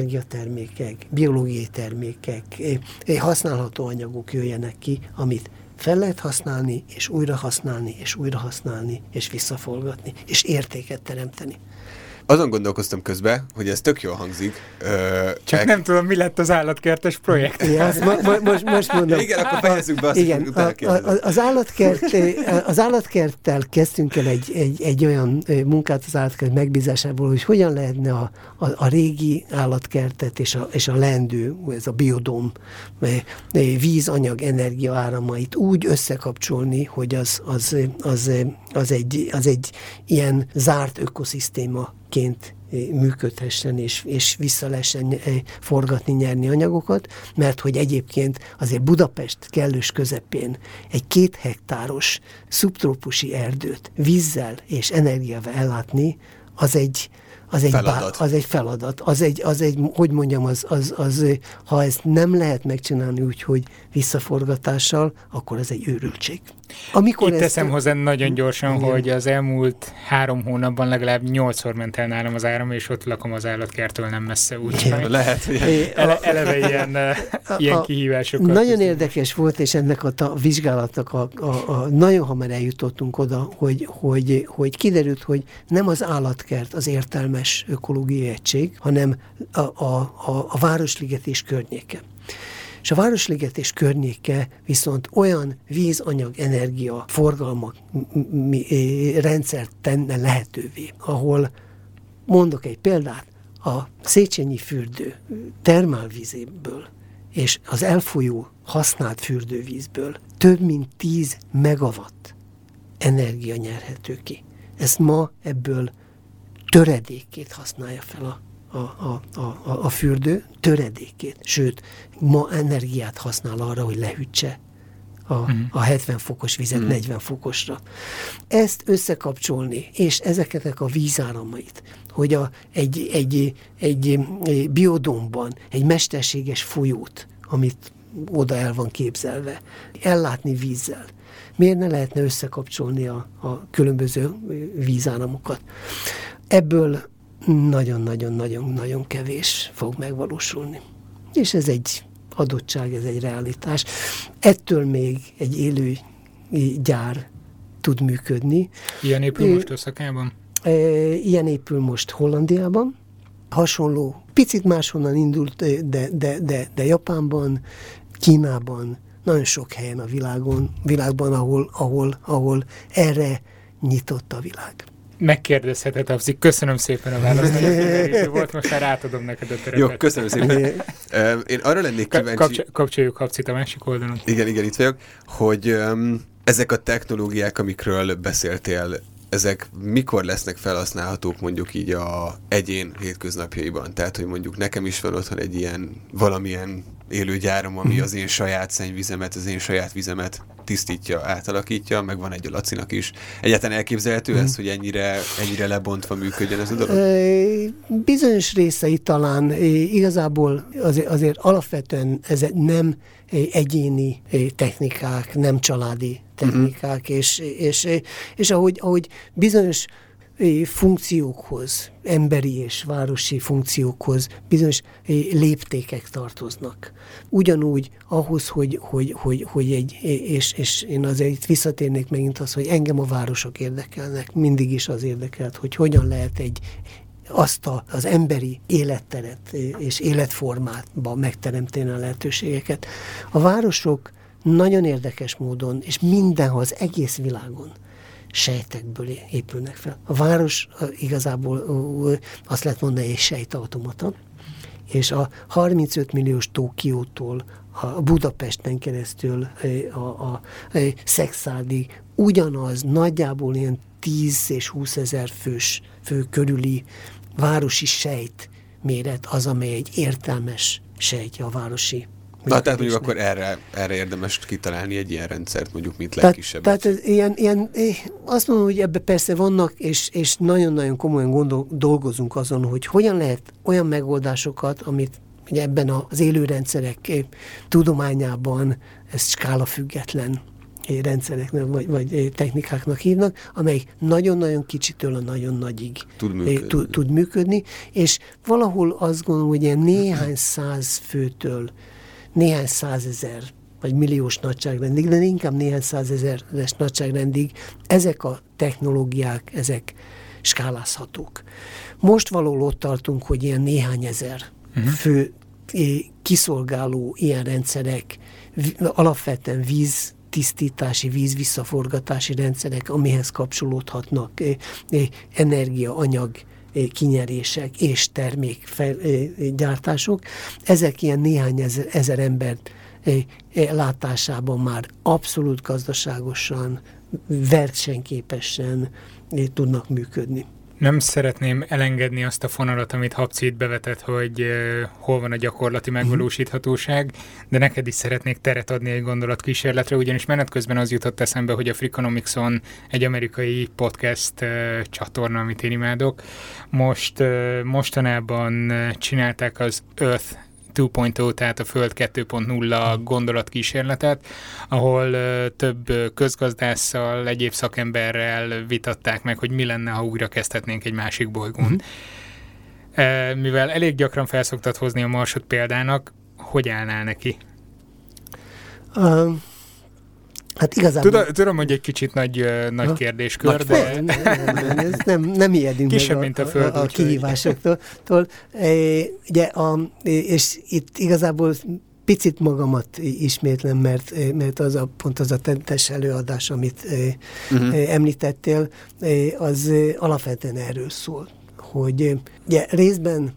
energiatermékek, biológiai termékek, használható anyagok jöjjenek ki, amit fel lehet használni, és újra használni, és újra használni, és visszaforgatni, és értéket teremteni. Azon gondolkoztam közben, hogy ez tök jól hangzik. Ö, Csak ek... nem tudom, mi lett az állatkertes projekt. Ja, mo- mo- most, most mondom. Igen, akkor fejezzük be azt, igen, a, a, az, állatkert, az állatkerttel kezdtünk el egy, egy, egy olyan munkát az állatkert megbízásából, hogy hogyan lehetne a, a, a régi állatkertet és a, és a leendő, ez a biodóm víz, anyag, energia áramait úgy összekapcsolni, hogy az, az, az, az, egy, az egy ilyen zárt ökoszisztéma ként működhessen, és, és vissza lehessen forgatni, nyerni anyagokat, mert hogy egyébként azért Budapest kellős közepén egy két hektáros szubtrópusi erdőt vízzel és energiával ellátni, az egy Az egy, feladat. Bá, az egy feladat. Az egy, az egy, hogy mondjam, az, az, az, ha ezt nem lehet megcsinálni úgy, hogy visszaforgatással, akkor ez egy őrültség. Amikor Itt teszem hozzá nagyon gyorsan, igen. hogy az elmúlt három hónapban legalább nyolcszor ment el nálam az áram, és ott lakom az állatkertől nem messze, úgyhogy lehet, hogy ele, eleve ilyen, a, ilyen kihívásokat. Nagyon tűzünk. Érdekes volt, és ennek a, a vizsgálatnak a, a, a, nagyon hamar eljutottunk oda, hogy, hogy, hogy kiderült, hogy nem az állatkert az értelmes ökológiai egység, hanem a, a, a, a Városliget és környéke. És a Városliget és környéke viszont olyan vízanyag, energia, forgalmak rendszert tenne lehetővé, ahol, mondok egy példát, a Széchenyi fürdő termálvízéből és az elfolyó használt fürdővízből több mint tíz megawatt energia nyerhető ki. Ezt ma ebből töredékét használja fel a A, a, a, a fürdő, töredékét, sőt, ma energiát használ arra, hogy lehűtse a, mm. a hetven fokos vizet mm. negyven fokosra. Ezt összekapcsolni, és ezeknek a vízáramait, hogy a, egy, egy, egy, egy biodómban egy mesterséges folyót, amit oda el van képzelve, ellátni vízzel. Miért ne lehetne összekapcsolni a, a különböző vízáramokat? Ebből nagyon-nagyon-nagyon-nagyon kevés fog megvalósulni. És ez egy adottság, ez egy realitás. Ettől még egy élő gyár tud működni. Ilyen épül most Oszakában? Ilyen épül most Hollandiában. Hasonló, picit máshonnan indult, de, de, de, de Japánban, Kínában, nagyon sok helyen a világon, világban, ahol, ahol, ahol erre nyitott a világ. Megkérdezheted, Habzi. Köszönöm szépen a választ. Nagyon volt, most már átadom neked a terepet. Jó, köszönöm szépen. Én arra lennék kíváncsi... Kapcs- kapcsoljuk Habzit a másik oldalon. Igen, igen, itt vagyok, hogy um, ezek a technológiák, amikről beszéltél, ezek mikor lesznek felhasználhatók mondjuk így a egyén hétköznapjaiban? Tehát, hogy mondjuk nekem is van otthon egy ilyen valamilyen élő gyárom, ami az én saját szennyvizemet, az én saját vizemet tisztítja, átalakítja, meg van egy a Lacinak is. Egyáltalán elképzelhető mm. ez, hogy ennyire, ennyire lebontva működjön ez a dolog? Bizonyos részei talán igazából azért, azért alapvetően ez nem egyéni technikák, nem családi technikák, mm-hmm. és, és, és ahogy, ahogy bizonyos funkciókhoz, emberi és városi funkciókhoz bizonyos léptékek tartoznak. Ugyanúgy ahhoz, hogy, hogy, hogy, hogy egy, és, és én azért itt visszatérnék megint az, hogy engem a városok érdekelnek, mindig is az érdekelt, hogy hogyan lehet egy azt a, az emberi életteret és életformátban megteremteni a lehetőségeket. A városok nagyon érdekes módon, és mindenhol az egész világon sejtekből épülnek fel. A város igazából azt lehet mondani, egy sejtautomata, és a harmincöt milliós Tokiótól a Budapesten keresztül a, a, a Szexárdig ugyanaz, nagyjából ilyen tíz és húszezer fős fő körüli városi sejt méret az, amely egy értelmes sejtje a városi. Na, tehát mondjuk akkor erre, erre érdemes kitalálni egy ilyen rendszert, mondjuk mint legkisebb. Tehát, tehát ilyen, ilyen, azt mondom, hogy ebben persze vannak, és, és nagyon-nagyon komolyan gondol, dolgozunk azon, hogy hogyan lehet olyan megoldásokat, amit ugye ebben az élőrendszerek tudományában ezt skálafüggetlen rendszereknek vagy, vagy technikáknak hívnak, amelyik nagyon-nagyon kicsitől a nagyon nagyig tud működni. Tud, tud működni, és valahol azt gondolom, hogy ilyen néhány száz főtől néhány százezer vagy milliós nagyságrendig, de inkább néhány százezeres nagyságrendig ezek a technológiák, ezek skálázhatók. Most valahol ott tartunk, hogy ilyen néhány ezer uh-huh. fő kiszolgáló ilyen rendszerek, alapvetően víz tisztítási, vízvisszaforgatási rendszerek, amihez kapcsolódhatnak energia, anyag kinyerések és termékgyártások. Ezek ilyen néhány ezer, ezer ember látásában már abszolút gazdaságosan, versenyképesen tudnak működni. Nem szeretném elengedni azt a fonalat, amit Habci itt bevetett, hogy uh, hol van a gyakorlati megvalósíthatóság, de neked is szeretnék teret adni egy gondolatkísérletre, ugyanis menet közben az jutott eszembe, hogy a Freakonomics-on egy amerikai podcast uh, csatorna, amit én imádok, most uh, mostanában csinálták az Earth kettő pont nulla, tehát a Föld kettő pont nulla gondolatkísérletet, ahol uh, több közgazdásszal, egyéb szakemberrel vitatták meg, hogy mi lenne, ha újra kezdhetnénk egy másik bolygón. Uh-huh. Uh, mivel elég gyakran felszoktad hozni a Marsot példának, hogy állnál neki? Uh, hát igazából... Tudom, tudom, hogy egy kicsit nagy, uh, nagy kérdéskör, nagy de... Nem, nem, nem, nem, nem ijedünk kisebb, meg mint a, a, föld, a, a kihívásoktól. E, ugye a, és itt igazából picit magamat ismétlem, mert, mert az a, pont az a tettes előadás, amit uh-huh. említettél, az alapvetően erről szól, hogy ugye részben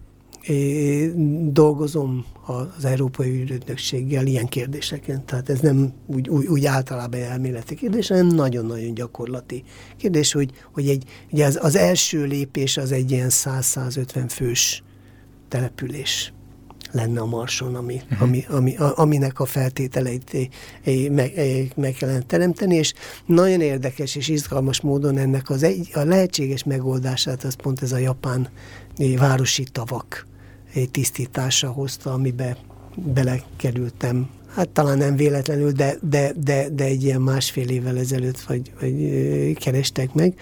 dolgozom az Európai Ügynökséggel ilyen kérdéseken, tehát ez nem úgy, úgy, úgy általában elméleti kérdés, hanem nagyon-nagyon gyakorlati kérdés, hogy, hogy egy, ugye az, az első lépés az egy ilyen száz-százötven fős település lenne a Marson, ami, uh-huh. ami, ami, a, aminek a feltételeit meg, meg kellene teremteni, és nagyon érdekes és izgalmas módon ennek az egy, a lehetséges megoldását az pont ez a japán városi tavak tisztítása hozta, amiben belekerültem. Hát talán nem véletlenül, de, de, de, de egy ilyen másfél évvel ezelőtt vagy, vagy kerestek meg.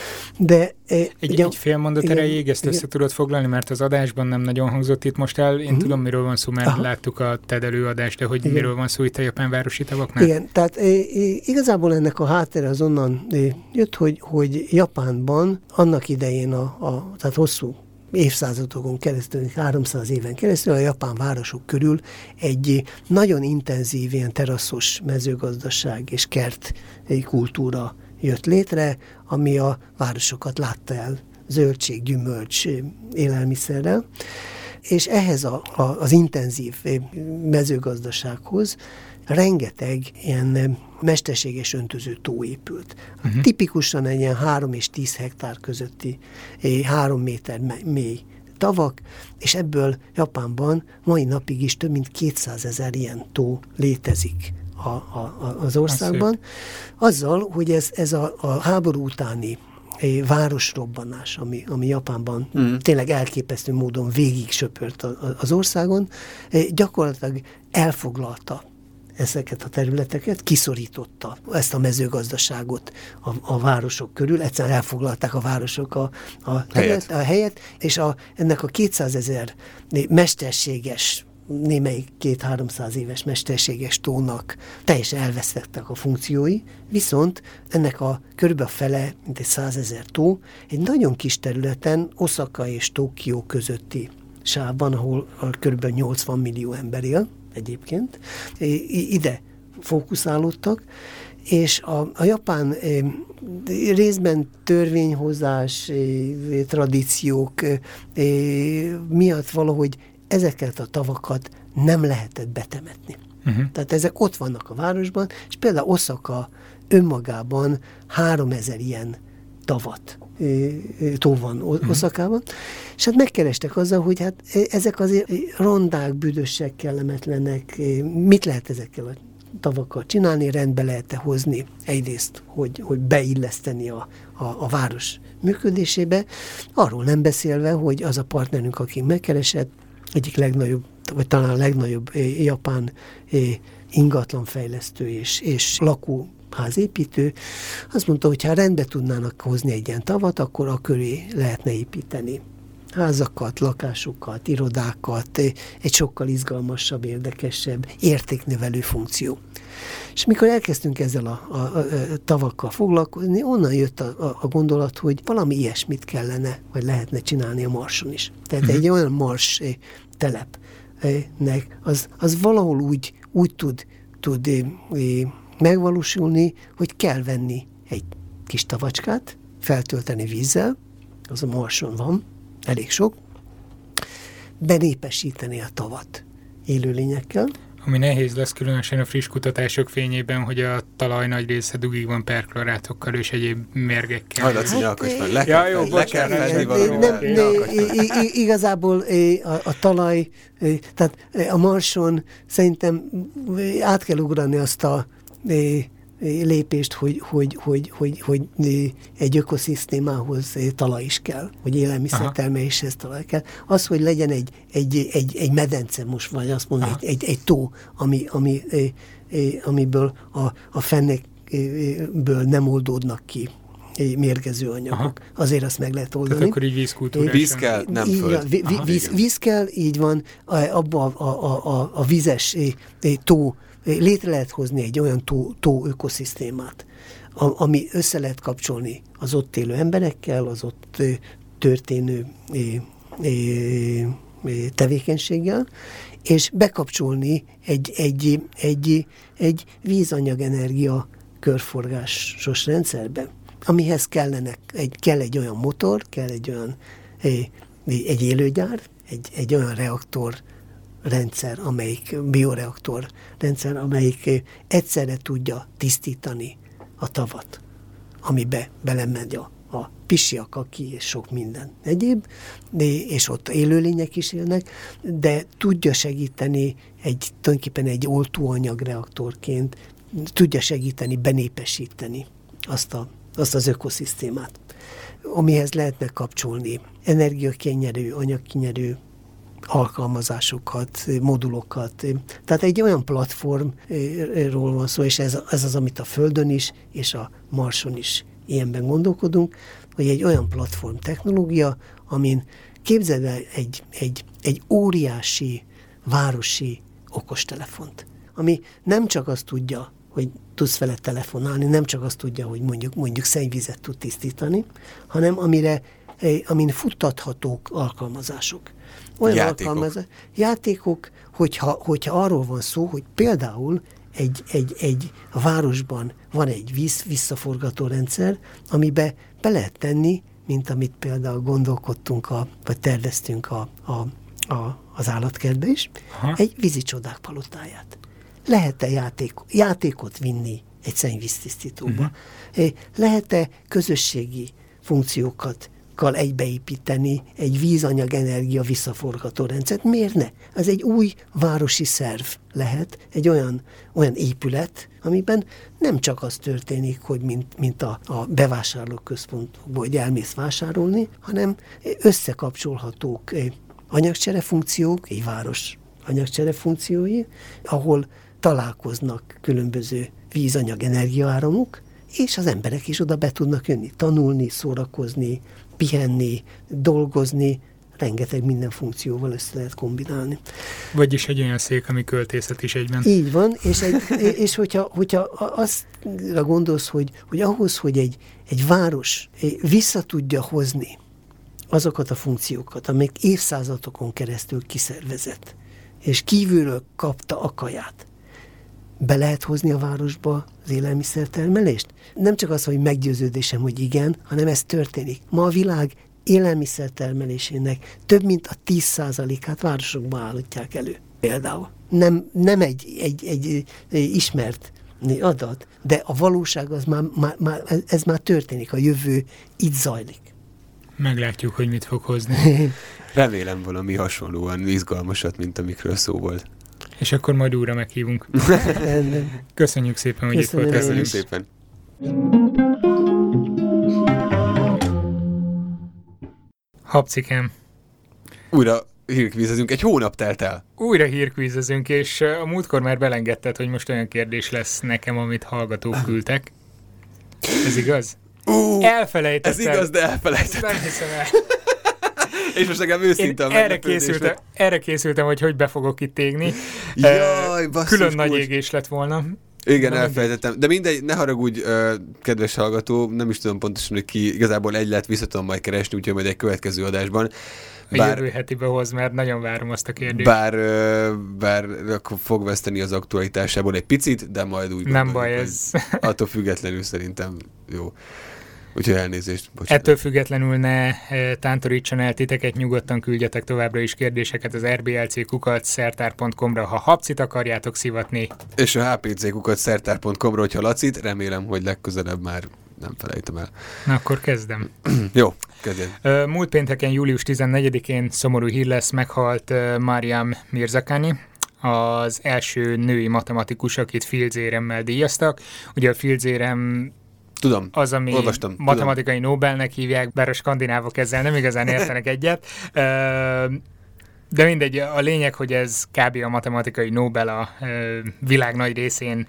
De, egy, ugye, egy fél mondat erejéig ezt össze tudod foglalni, mert az adásban nem nagyon hangzott itt most el. Én uh-huh. tudom, miről van szó, mert Aha. láttuk a TED előadást, de hogy igen. miről van szó itt a japán városi tavaknál? Igen, tehát e, e, igazából ennek a háttere az onnan e, jött, hogy, hogy Japánban annak idején, a, a, tehát hosszú évszázadokon keresztül, háromszáz éven keresztül a japán városok körül egy nagyon intenzív ilyen teraszos mezőgazdaság és kert kultúra jött létre, ami a városokat látta el zöldség, gyümölcs, élelmiszerrel, és ehhez a, a, az intenzív mezőgazdasághoz rengeteg ilyen mesterséges öntöző tó épült. Uh-huh. Tipikusan egy ilyen három és tíz hektár közötti három méter mély tavak, és ebből Japánban mai napig is több mint kétszázezer ilyen tó létezik a, a, az országban. Azzal, hogy ez, ez a, a háború utáni városrobbanás, ami, ami Japánban mm. tényleg elképesztő módon végig söpört az országon, gyakorlatilag elfoglalta ezeket a területeket, kiszorította ezt a mezőgazdaságot a, a városok körül, egyszerűen elfoglalták a városok a, a, helyet. a helyet, és a, ennek a kétszázezer mesterséges, némelyik két-háromszáz éves mesterséges tónak teljesen elvesztettek a funkciói, viszont ennek a körülbelül a fele, mint egy százezer tó, egy nagyon kis területen, Oszaka és Tokió közötti sávban, ahol körülbelül nyolcvan millió ember él egyébként, ide fókuszálódtak, és a, a japán részben törvényhozás, tradíciók miatt valahogy ezeket a tavakat nem lehetett betemetni. Uh-huh. Tehát ezek ott vannak a városban, és például Oszaka önmagában háromezer ilyen tavat tó van Oszakában, és hát megkerestek azzal, hogy hát ezek azért rondák, büdösek, kellemetlenek, mit lehet ezekkel a tavakkal csinálni, rendbe lehet-e hozni egyrészt, hogy, hogy beilleszteni a, a, a város működésébe, arról nem beszélve, hogy az a partnerünk, aki megkeresett, egyik legnagyobb, vagy talán a legnagyobb japán ingatlanfejlesztő és, és lakó házépítő, azt mondta, hogy ha rendbe tudnának hozni egy ilyen tavat, akkor a köré lehetne építeni házakat, lakásokat, irodákat, egy sokkal izgalmasabb, érdekesebb, értéknövelő funkció. És mikor elkezdtünk ezzel a, a, a, a tavakkal foglalkozni, onnan jött a, a, a gondolat, hogy valami ilyesmit kellene, vagy lehetne csinálni a Marson is. Tehát uh-huh. egy olyan Mars telepnek, az, az valahol úgy, úgy tud, tud megvalósulni, hogy kell venni egy kis tavacskát, feltölteni vízzel, az a Marson van, elég sok, benépesíteni a tavat élőlényekkel. Ami nehéz lesz különösen a friss kutatások fényében, hogy a talaj nagy része dugig van perklorátokkal és egyéb mérgekkel. Hajlaci, ne akarsz fel, le kell, ja, le kell fedni valamivel. Igazából a, a talaj, tehát a Marson szerintem át kell ugrani azt a lépést, hogy, hogy, hogy, hogy, hogy egy ökoszisztémához talaj is kell, hogy élelmiszertermeléshez talaj kell. Az, hogy legyen egy, egy, egy, egy medence most, vagy azt mondom, egy, egy, egy tó, ami, ami, amiből a, a fennekből nem oldódnak ki mérgező anyagok. Aha. Azért azt meg lehet oldani. Tehát akkor így vízkultúrásan. Víz kell, nem így, föld. Víz, Aha, víz, víz kell, így van, abba a, a, a, a vizes tó, létre lehet hozni egy olyan tó, tó ökoszisztémát, ami össze lehet kapcsolni az ott élő emberekkel, az ott történő tevékenységgel, és bekapcsolni egy, egy, egy, egy vízanyagenergia körforgásos rendszerbe, amihez kellene, egy, kell egy olyan motor, kell egy olyan egy, egy élőgyár, egy, egy olyan reaktor rendszer, amelyik bioreaktor rendszer, amelyik egyszerre tudja tisztítani a tavat, amibe belemegy a, a pisi, a kaki és sok minden egyéb, de, és ott élőlények is élnek, de tudja segíteni egy, tulajdonképpen egy oltóanyagreaktorként, tudja segíteni, benépesíteni azt, a, azt az ökoszisztémát, amihez lehetne kapcsolni energiakinyerő, anyagkinyerő alkalmazásokat, modulokat. Tehát egy olyan platformról van szó, és ez, ez az, amit a Földön is, és a Marson is ilyenben gondolkodunk, hogy egy olyan platform technológia, amin képzeld el egy, egy, egy óriási városi okostelefont, ami nem csak azt tudja, hogy tudsz vele telefonálni, nem csak azt tudja, hogy mondjuk, mondjuk szennyvizet tud tisztítani, hanem amire, amin futtathatók alkalmazások. Olyan játékok, alkalmazás, játékok hogyha, hogyha arról van szó, hogy például egy, egy, egy a városban van egy víz, visszaforgató rendszer, amibe be lehet tenni, mint amit például gondolkodtunk, a, vagy terveztünk a, a, a, az állatkertbe is, Aha. egy vízi csodák palotáját. Lehet-e játék, játékot vinni egy szennyvíztisztítóba? Uh-huh. Lehet-e közösségi funkciókat egybeépíteni egy vízanyagenergia visszaforgató rendszert? Miért ne? Ez egy új városi szerv lehet, egy olyan, olyan épület, amiben nem csak az történik, hogy mint, mint a, a bevásárlóközpontokból, hogy elmész vásárolni, hanem összekapcsolhatók anyagcsere funkciók, egy város anyagcsere funkciói, ahol találkoznak különböző vízanyag energiaáramok, és az emberek is oda be tudnak jönni, tanulni, szórakozni, pihenni, dolgozni, rengeteg minden funkcióval össze lehet kombinálni. Vagyis egy olyan szék, ami költészet is egyben. Így van, és, egy, és hogyha, hogyha aztra gondolsz, hogy, hogy ahhoz, hogy egy, egy város vissza tudja hozni azokat a funkciókat, amelyek évszázadokon keresztül kiszervezett, és kívülről kapta a kaját, be lehet hozni a városba az élelmiszertermelést? Nem csak az, hogy meggyőződésem, hogy igen, hanem ez történik. Ma a világ élelmiszertermelésének több mint a tíz százalékát városokba állítják elő. Például. Nem, nem egy, egy, egy, egy ismert adat, de a valóság az már, már, már, ez már történik, a jövő itt zajlik. Meglátjuk, hogy mit fog hozni. Remélem valami hasonlóan izgalmasat, mint amikről szó volt. És akkor majd újra meghívunk. Köszönjük szépen, hogy Köszönöm itt volt. Köszönjük szépen. Habcikám. Újra hírkvízezünk. Egy hónap telt el. Újra hírkvízezünk, és a múltkor már belengedted, hogy most olyan kérdés lesz nekem, amit hallgatók küldtek. Ez igaz? Uh, Elfelejtettem. Ez igaz, de elfelejtettem. Nem hiszem el. És most nekem őszinte a erre készültem, erre készültem, hogy hogy be fogok itt égni. Jaj, basszus, Külön nagy kulcs. égés lett volna. Igen, elfelejtettem. De mindegy, ne haragudj, kedves hallgató, nem is tudom pontosan, hogy ki, igazából egy lehet vissza tudom majd keresni, úgyhogy majd egy következő adásban. Bár, a jövő hetibe hoz, mert nagyon várom azt a kérdést. Bár, bár fog veszteni az aktualitásából egy picit, de majd úgy nem baj ez. Attól függetlenül szerintem jó. Úgyhogy elnézést. Bocsánat. Ettől függetlenül ne tántorítson el titeket, nyugodtan küldjetek továbbra is kérdéseket az er bé el cé kukac szertár pont com-ra, ha Habcit akarjátok szivatni. És a há pé cé kukac szertár pont com-ra, hogyha Lacit, remélem, hogy legközelebb már nem felejtem el. Na akkor kezdem. Jó, kezdjem. Múlt pénteken, július tizennegyedikén szomorú hír lesz, meghalt Mariam Mirzakhani, az első női matematikus, akit Fields-éremmel díjaztak. Ugye a Fields-érem Tudom, az, ami olvastam, matematikai tudom. Nobelnek hívják, bár a skandinávok ezzel nem igazán értenek egyet. De mindegy, a lényeg, hogy ez kb. A matematikai Nobel a világ nagy részén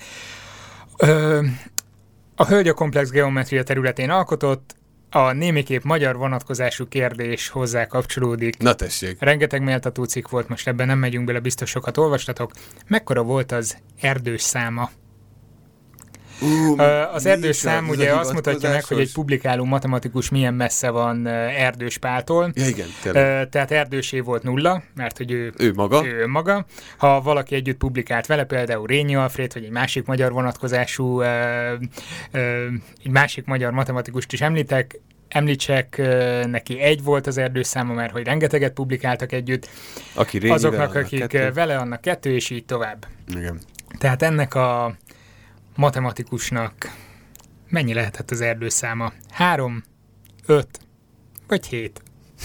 a hölgy a komplex geometria területén alkotott, a némiképp magyar vonatkozású kérdés hozzá kapcsolódik. Na tessék. Rengeteg méltató cikk volt, most ebben nem megyünk bele, biztos sokat olvastatok. Mekkora volt az erdős száma? Uh, az erdős szám ugye azt mutatja meg, hogy egy publikáló matematikus milyen messze van Erdős Páltól. Ja, igen, tényleg. Tehát Erdősé volt nulla, mert hogy ő, ő, maga. ő maga. Ha valaki együtt publikált vele, például Rényi Alfréd, vagy egy másik magyar vonatkozású, egy másik magyar matematikust is említek, említsek, neki egy volt az erdős száma, mert hogy rengeteget publikáltak együtt. Aki Rényivel, azoknak, akik kettő. vele, annak kettő, és így tovább. Igen. Tehát ennek a matematikusnak mennyi lehetett az erdős száma? Három, öt, vagy hét?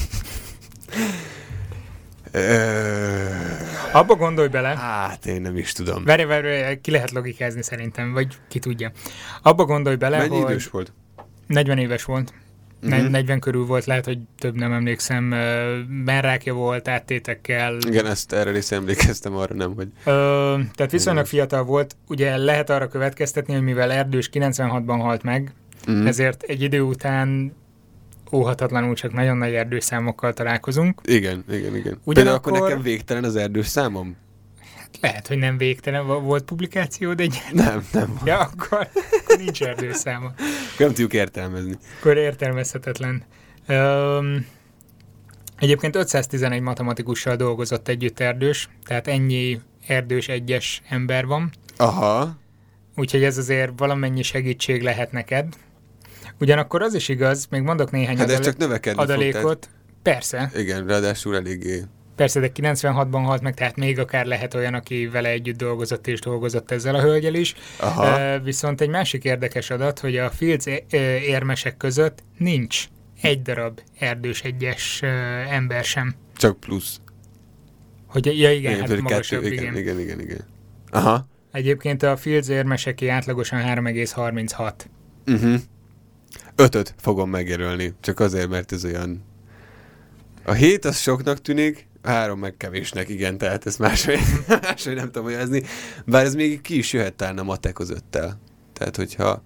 Abba gondolj bele. Hát én nem is tudom. Várj, várj, ki lehet logikázni szerintem, vagy ki tudja. Abba gondolj bele, mennyi hogy... Mennyi idős volt? negyven éves volt. Uh-huh. negyven körül volt, lehet, hogy több, nem emlékszem. Benrákja volt, áttétekkel. Igen, ezt erre is emlékeztem, arra nem, hogy... Ö, tehát viszonylag fiatal volt. Ugye lehet arra következtetni, hogy mivel Erdős kilencvenhatban halt meg, uh-huh. ezért egy idő után óhatatlanul csak nagyon nagy erdős számokkal találkozunk. Igen, igen, igen. Ugyanakkor... Például akkor nekem végtelen az erdős számom? Lehet, hogy nem végtelen volt publikáció, de egy... Nem, nem. Ja, akkor, akkor nincs erdős száma. Nem tudjuk értelmezni. Akkor értelmezhetetlen. Um, egyébként ötszáztizenegy matematikussal dolgozott együtt Erdős, tehát ennyi Erdős egyes ember van. Aha. Úgyhogy ez azért valamennyi segítség lehet neked. Ugyanakkor az is igaz, még mondok néhány hát adal- csak növekedni adalékot. Fog, tehát... Persze. Igen, ráadásul eléggé... Persze, de kilencvenhatban halt meg, tehát még akár lehet olyan, aki vele együtt dolgozott és dolgozott ezzel a hölgyel is. Aha. Uh, viszont egy másik érdekes adat, hogy a Fields érmesek között nincs egy darab Erdős egyes uh, ember sem. Csak plusz. Hogy, ja igen, igen hát magasabb, kettő, igen, igen. igen, igen, igen. Aha. Egyébként a Fields érmeseké átlagosan három egész harminchat. Uh-huh. Ötöt fogom megjelölni, csak azért, mert ez olyan... A hét az soknak tűnik, a három meg kevésnek, igen, tehát ezt máshogy, máshogy nem tudom magyarázni. Bár ez még ki is jöhet talán a matek az öttel. Tehát, hogyha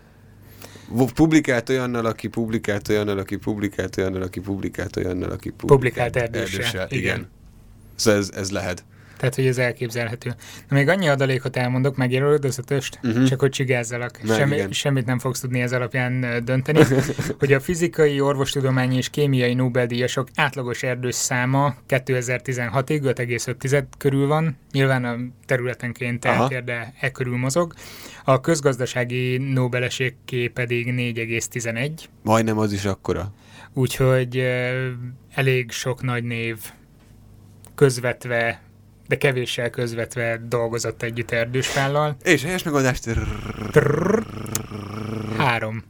publikált olyannal, aki publikált olyannal, aki publikált olyannal, aki publikált olyannal, aki publikált, publikált erdőssel. erdőssel. Igen. igen. Szóval ez, ez lehet. Tehát, hogy ez elképzelhető. Na, még annyi adalékot elmondok, megjelölöd az ötöst, uh-huh. csak hogy csigázzalak. Semmi, semmit nem fogsz tudni ez alapján dönteni, hogy a fizikai, orvostudományi és kémiai Nobel-díjasok átlagos erdős száma kétezer-tizenhatig öt egész öt körül van. Nyilván a területenként eltér, de e körül mozog. A közgazdasági Nobel-esékké pedig négy egész tizenegy. Majdnem az is akkora. Úgyhogy elég sok nagy név közvetve, de kevéssel közvetve dolgozott együtt Erdős Pállal. És helyes megoldást... Három.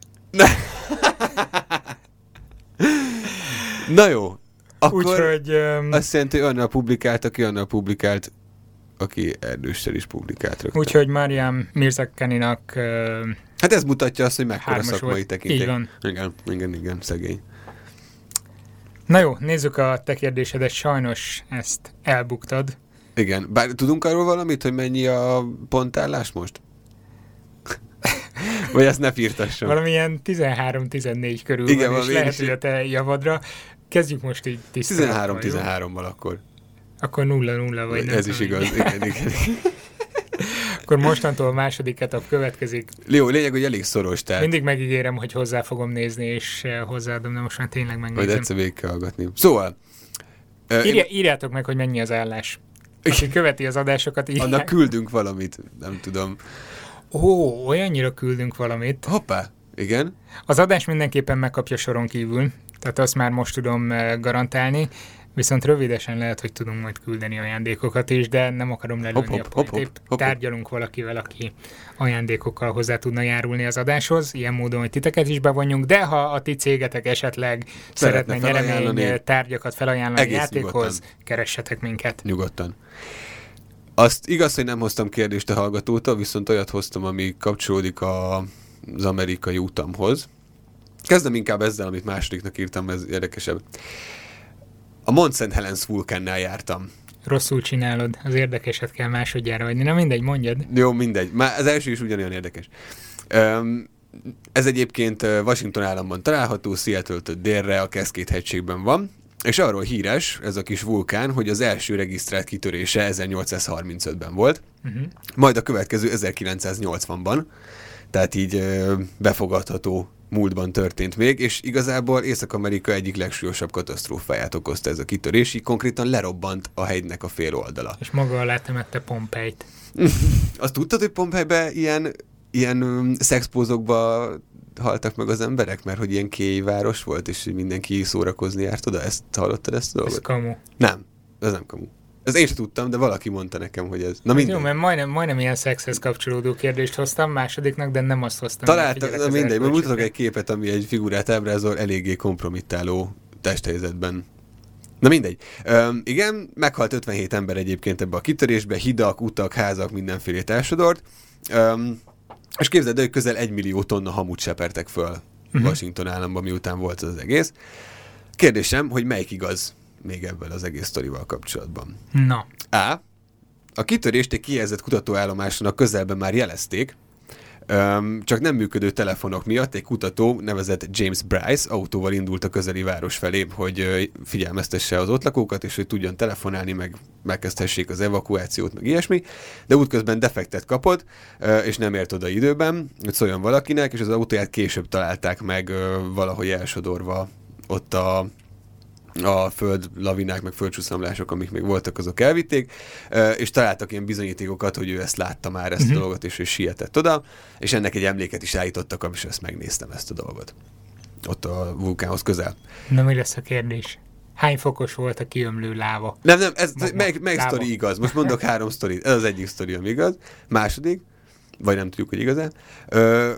Na jó. Akkor Úgyhogy, um, azt jelenti, hogy annál publikált, aki annál publikált, aki Erdőssel is publikált rögtön. Úgyhogy Mariam Mirzakhaninak... Uh, hát ez mutatja azt, hogy mekkora szakmai tekinték. Így van. Igen, igen, igen, szegény. Na jó, nézzük a te kérdésedet, sajnos ezt elbuktad. Igen, bár tudunk arról valamit, hogy mennyi a pontállás most? Vagy ezt ne firtassam? Valamilyen tizenhárom tizennégy körül igen, van, és lehet, hogy a te javadra. kezdjük most így tisztán. tizenhárom tizenhárommal akkor. Akkor nulla nulla vagy nem. Ez is igaz, igen, igen. Akkor mostantól a második etap következik. Jó, lényeg, hogy elég szoros, tehát... Mindig megígérem, hogy hozzá fogom nézni, és hozzáadom, de most már tényleg megnézem. Majd egyszer végig kell hallgatni. Szóval... Írja, én... Írjátok meg, hogy mennyi az állás. Aki követi az adásokat, írják. Annak küldünk valamit, nem tudom. Ó, olyannyira küldünk valamit. Hoppá, igen. Az adás mindenképpen megkapja soron kívül, tehát azt már most tudom garantálni, viszont rövidesen lehet, hogy tudunk majd küldeni ajándékokat is, de nem akarom lelőni hop, a point. hop, hop, Tárgyalunk valakivel, aki ajándékokkal hozzá tudna járulni az adáshoz, ilyen módon, hogy titeket is bevonjunk, de ha a ti cégetek esetleg szeretne, szeretne nyeremény tárgyakat felajánlani a játékhoz, nyugodtan. Keressetek minket. Nyugodtan. Azt igaz, hogy nem hoztam kérdést a hallgatótól, viszont olyat hoztam, ami kapcsolódik a, az amerikai utamhoz. Kezdem inkább ezzel, amit másodiknak írtam, ez érdekesebb. A Mount Saint Helens vulkánnál jártam. Rosszul csinálod, az érdekeset kell másodjára adni. Na mindegy, mondjad. Jó, mindegy. Már az első is ugyanolyan érdekes. Ez egyébként Washington államban található, Seattle-től délre, a Cascade-hegységben van, és arról híres ez a kis vulkán, hogy az első regisztrált kitörése ezernyolcszázharmincötben volt, uh-huh. majd a következő ezerkilencszáznyolcvanban, tehát így befogadható múltban történt még, és igazából Észak-Amerika egyik legsúlyosabb katasztrófáját okozta ez a kitörés, így konkrétan lerobbant a hegynek a fél oldala. És maga alá temette Pompeit. Azt tudtad, hogy Pompeiben ilyen, ilyen um, szexpózokba haltak meg az emberek, mert hogy ilyen kéi város volt, és mindenki szórakozni járt oda? Ezt hallottad, ezt a dolgot? Ez kamu. Nem, ez nem kamu. Ez én sem tudtam, de valaki mondta nekem, hogy ez... Na mindegy. Jó, mert majdnem, majdnem ilyen szexhez kapcsolódó kérdést hoztam másodiknak, de nem azt hoztam. Találtam, na mindegy, mert mutatok egy képet, ami egy figurát ábrázol eléggé kompromittáló testhelyzetben. Na mindegy. Üm, igen, meghalt ötvenhét ember egyébként ebbe a kitörésbe, hidak, utak, házak, mindenféle elsodort. Üm, és képzeld, hogy közel egy millió tonna hamut sepertek föl uh-huh. Washington államban, miután volt az, az egész. Kérdésem, hogy melyik igaz még ebben az egész sztorival kapcsolatban? Na. A. A kitörést egy kijelzett kutatóállomáson a közelben már jelezték, Um, csak nem működő telefonok miatt egy kutató, nevezett James Bryce autóval indult a közeli város felé, hogy uh, figyelmeztesse az ott lakókat, és hogy tudjon telefonálni, meg megkezdhessék az evakuációt, meg ilyesmi, de útközben defektet kapott, uh, és nem ért oda időben, hogy szóljon valakinek, és az autóját később találták meg uh, valahogy elsodorva ott a a földlavinák, meg földcsúszamlások, amik még voltak, azok elvitték, és találtak ilyen bizonyítékokat, hogy ő ezt látta már, ezt uh-huh. a dolgot, és ő sietett oda, és ennek egy emléket is állítottak, és ezt megnéztem, ezt a dolgot. Ott a vulkánhoz közel. Na, mi lesz a kérdés? Hány fokos volt a kiömlő láva? Nem, nem, ez meg, meg sztori igaz. Most mondok három sztorit. Ez az egyik sztori, ami igaz. Második, vagy nem tudjuk, hogy igaz-e. Ö,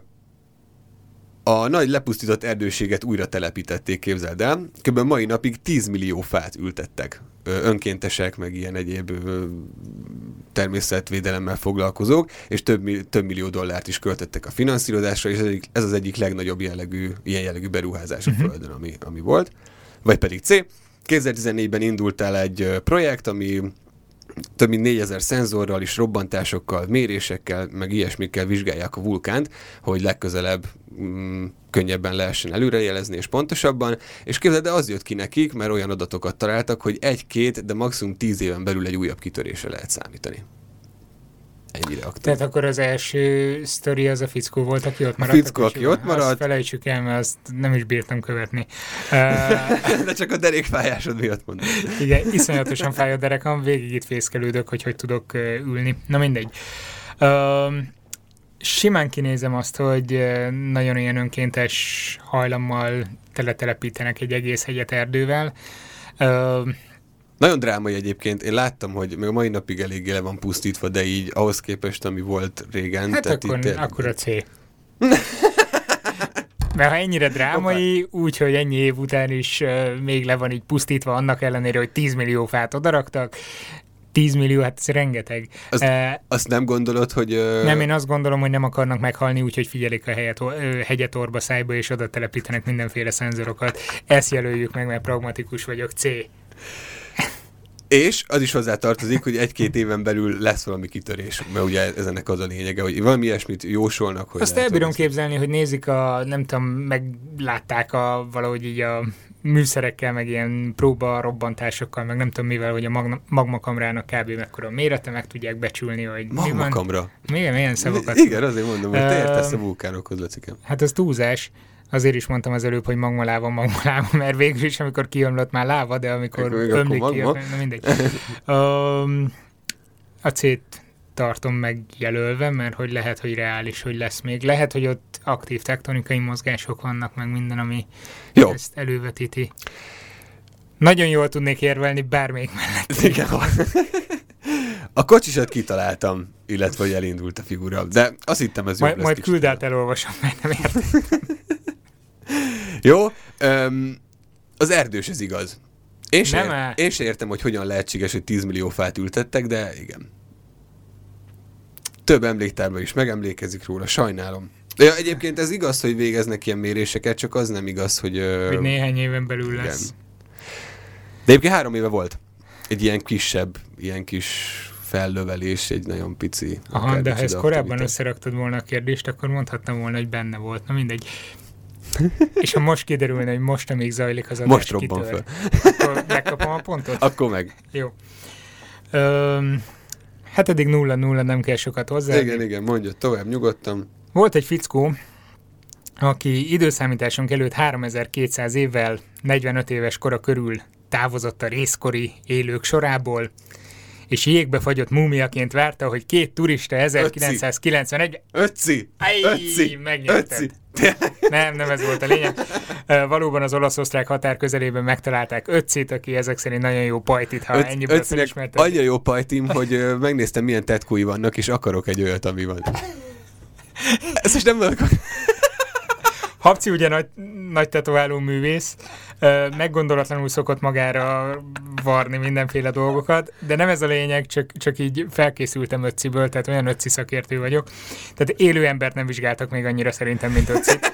A nagy lepusztított erdőséget újra telepítették, képzeld el. Kb. Mai napig tíz millió fát ültettek. Önkéntesek, meg ilyen egyéb természetvédelemmel foglalkozók, és több, több millió dollárt is költöttek a finanszírozásra, és ez az egyik legnagyobb jellegű, ilyen jellegű beruházás a Földön, ami, ami volt. Vagy pedig C. kétezer-tizennégyben indult el egy projekt, ami több mint négyezer szenzorral és robbantásokkal, mérésekkel, meg ilyesmikkel vizsgálják a vulkánt, hogy legközelebb mm, könnyebben lehessen előrejelezni és pontosabban, és képzeld, de az jött ki nekik, mert olyan adatokat találtak, hogy egy-két, de maximum tíz éven belül egy újabb kitörésre lehet számítani. Ennyire aktív. Tehát akkor az első sztori az a fickó volt, aki ott maradt. A fickó, aki ott maradt. Azt felejtsük el, mert azt nem is bírtam követni. De csak a derékfájásod miatt mondom. Igen, iszonyatosan fáj a derekam, végig itt fészkelődök, hogy hogy tudok ülni. Na mindegy. Uh, simán kinézem azt, hogy nagyon ilyen önkéntes hajlammal teletelepítenek egy egész hegyet erdővel. Uh, Nagyon drámai egyébként. Én láttam, hogy még a mai napig eléggé le van pusztítva, de így ahhoz képest, ami volt régen. Hát tehát akkor, itt, akkor a C. Mert ha ennyire drámai, úgyhogy ennyi év után is uh, még le van így pusztítva, annak ellenére, hogy tíz millió fát odaraktak, tíz millió, hát ez rengeteg. Azt, uh, azt nem gondolod, hogy... Uh... Nem, én azt gondolom, hogy nem akarnak meghalni, úgyhogy figyelik a helyet, uh, hegyet orba szájba, és oda telepítenek mindenféle szenzorokat. Ezt jelöljük meg, mert pragmatikus vagyok. C. És az is hozzá tartozik, hogy egy-két éven belül lesz valami kitörés, mert ugye ez ennek az a lényege, hogy valami ilyesmit jósolnak, hogy... Azt el bírom képzelni, hogy nézik a, nem tudom, meglátták a, valahogy így a műszerekkel, meg ilyen próba robbantásokkal, meg nem tudom mivel, hogy a magna, magmakamrának kb. Mekkora a mérete, meg tudják becsülni, hogy magmakamra? Milyen, milyen szavakat? Igen, azért mondom, hogy te értesz a vulkánokhoz, Lacikem. Hát az túlzás. Azért is mondtam az előbb, hogy magmaláva, magmaláva, mert végül is, amikor kiömlött már láva, de amikor ömlik ki, na mindegy. Um, a C-t tartom megjelölve, mert hogy lehet, hogy reális, hogy lesz még. Lehet, hogy ott aktív tektonikai mozgások vannak, meg minden, ami Jó. ezt elővetíti. Nagyon jól tudnék érvelni bármelyik mellett. Igen. A kocsisat kitaláltam, illetve hogy elindult a figura, de azt hittem ez majd, jobb lesz. Majd küld át, elolvasom, mert nem értem. Jó, um, az erdős, ez igaz. Én sem, nem ér, én sem értem, hogy hogyan lehetséges, hogy tíz millió fát ültettek, de igen. Több emléktárban is megemlékezik róla, sajnálom. Ja, egyébként ez igaz, hogy végeznek ilyen méréseket, csak az nem igaz, hogy... Uh, hogy néhány éven belül igen. lesz. De egyébként három éve volt egy ilyen kisebb, ilyen kis fellövelés, egy nagyon pici... Aha, de ha ezt korábban összeraktad volna a kérdést, akkor mondhattam volna, hogy benne volt. Na mindegy. És ha most kiderülne, hogy most, amíg zajlik az adás, most robban fel. Akkor megkapom a pontot? Akkor meg. Jó. Öm, hát eddig nulla nulla, nem kell sokat hozzá. Igen, igen, mondja tovább, nyugodtan. Volt egy fickó, aki időszámításunk előtt háromezer-kétszáz évvel, negyvenöt éves kora körül távozott a rézkori élők sorából, és jégbe fagyott múmiaként várta, hogy két turista ezerkilencszázkilencvenegyben... Ötci! Ötci! Megnyerted. Nem, nem ez volt a lényeg. Valóban az olasz-osztrák határ közelében megtalálták Öccit, aki ezek szerint nagyon jó pajtit, ha ennyiből felismerted. Annyira jó pajtim, hogy megnéztem, milyen tetkói vannak, és akarok egy olyat, ami van. Ezt most nem vagyok. Habci ugye nagy, nagy tetováló művész, meggondolatlanul szokott magára varni mindenféle dolgokat, de nem ez a lényeg, csak, csak így felkészültem Öcciből, tehát olyan Öcci szakértő vagyok. Tehát élő embert nem vizsgáltak még annyira szerintem, mint Öccit.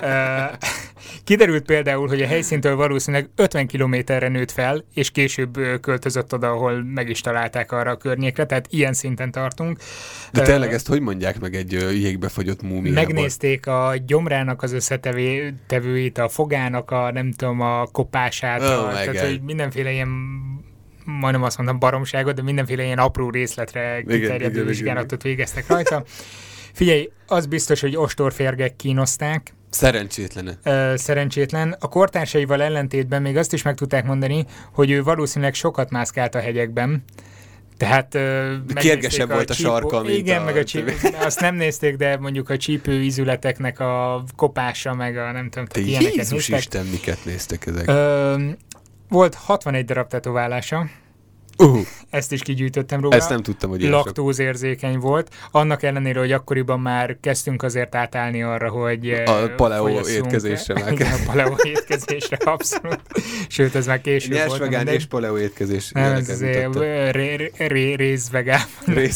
Kiderült például, hogy a helyszíntől valószínűleg ötven kilométerre nőtt fel, és később költözött oda, ahol meg is találták arra a környékre, tehát ilyen szinten tartunk. De tényleg ezt hogy mondják meg egy jégbe fagyott múmiából? Megnézték a gyomrának az összetevőit, a fogának a, nem tudom, a kopását, oh a, tehát hogy mindenféle ilyen, majdnem azt mondtam baromságot, de mindenféle ilyen apró részletre kiterjedő vizsgálatot végeztek rajta. Figyelj, az biztos, hogy ostorférgek kínozták. Szerencsétlene. Ö, szerencsétlen. A kortársaival ellentétben még azt is meg tudták mondani, hogy ő valószínűleg sokat mászkált a hegyekben. Tehát kérgesebb volt a, csípó, a sarka, mint igen, a... meg a csípő, azt nem nézték, de mondjuk a csípő ízületeknek a kopása, meg a nem tudom, tehát ilyeneket Jézus néztek. Isten, miket néztek ezek? Ö, volt hatvanegy darab tetoválása. Uh, Ezt is kigyűjtöttem róla. Ezt nem tudtam, hogy laktózérzékeny volt. Annak ellenére, hogy akkoriban már kezdtünk azért átállni arra, hogy a paleo étkezésre már igen, a paleo étkezésre abszolút. Sőt, ez már később nyers volt. Nyers vegán és paleo étkezés. Nem, ez rézvegán.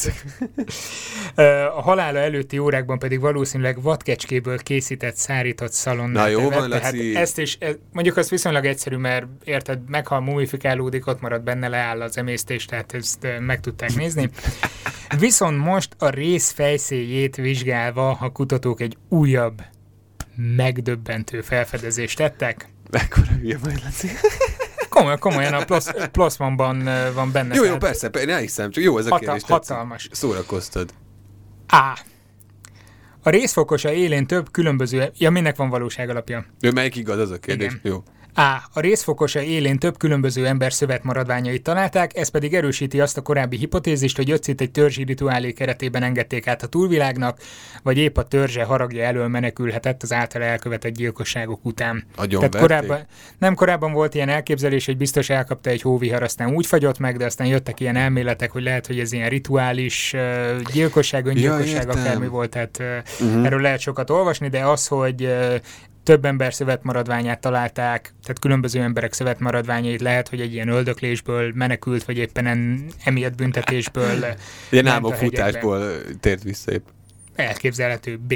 A halála előtti órákban pedig valószínűleg vadkecskéből készített szárított szalonnát. Na jó evett, van, Laci. Ezt is, mondjuk az viszonylag egyszerű, mert érted, meghal, mumifikálódik, ott marad benne, leáll az emésztés, tehát ezt meg tudták nézni. Viszont most a rész fejszéjét vizsgálva a kutatók egy újabb, megdöbbentő felfedezést tettek. Mekkora hülye majd, Laci. Komoly, komolyan a Plossmanban van benne. Jó, jó, persze, ne hiszem, csak jó ez a hata, kérdés. Hatalmas. Szórakoztad. A. A részfokosa élén több különböző... Ja, minek van valóság alapja? Ő melyik igaz, az a kérdés? Igen. Jó. A. A részfokosa élén több különböző ember szövetmaradványait találták, ez pedig erősíti azt a korábbi hipotézist, hogy Öccit egy törzsi rituálé keretében engedték át a túlvilágnak, vagy épp a törzse haragja elől menekülhetett az általa elkövetett gyilkosságok után. Agyon Tehát korábban, nem korábban volt ilyen elképzelés, hogy biztos elkapta egy hóvihar, aztán úgy fagyott meg, de aztán jöttek ilyen elméletek, hogy lehet, hogy ez ilyen rituális uh, gyilkosság, öngyilkosság, ja, akármi volt, tehát uh, uh-huh. erről lehet sokat olvasni, de az, hogy uh, több ember szövetmaradványát találták, tehát különböző emberek szövetmaradványait, lehet, hogy egy ilyen öldöklésből menekült, vagy éppen en, emiatt büntetésből ilyen álmokfutásból tért vissza épp. Elképzelhető. B.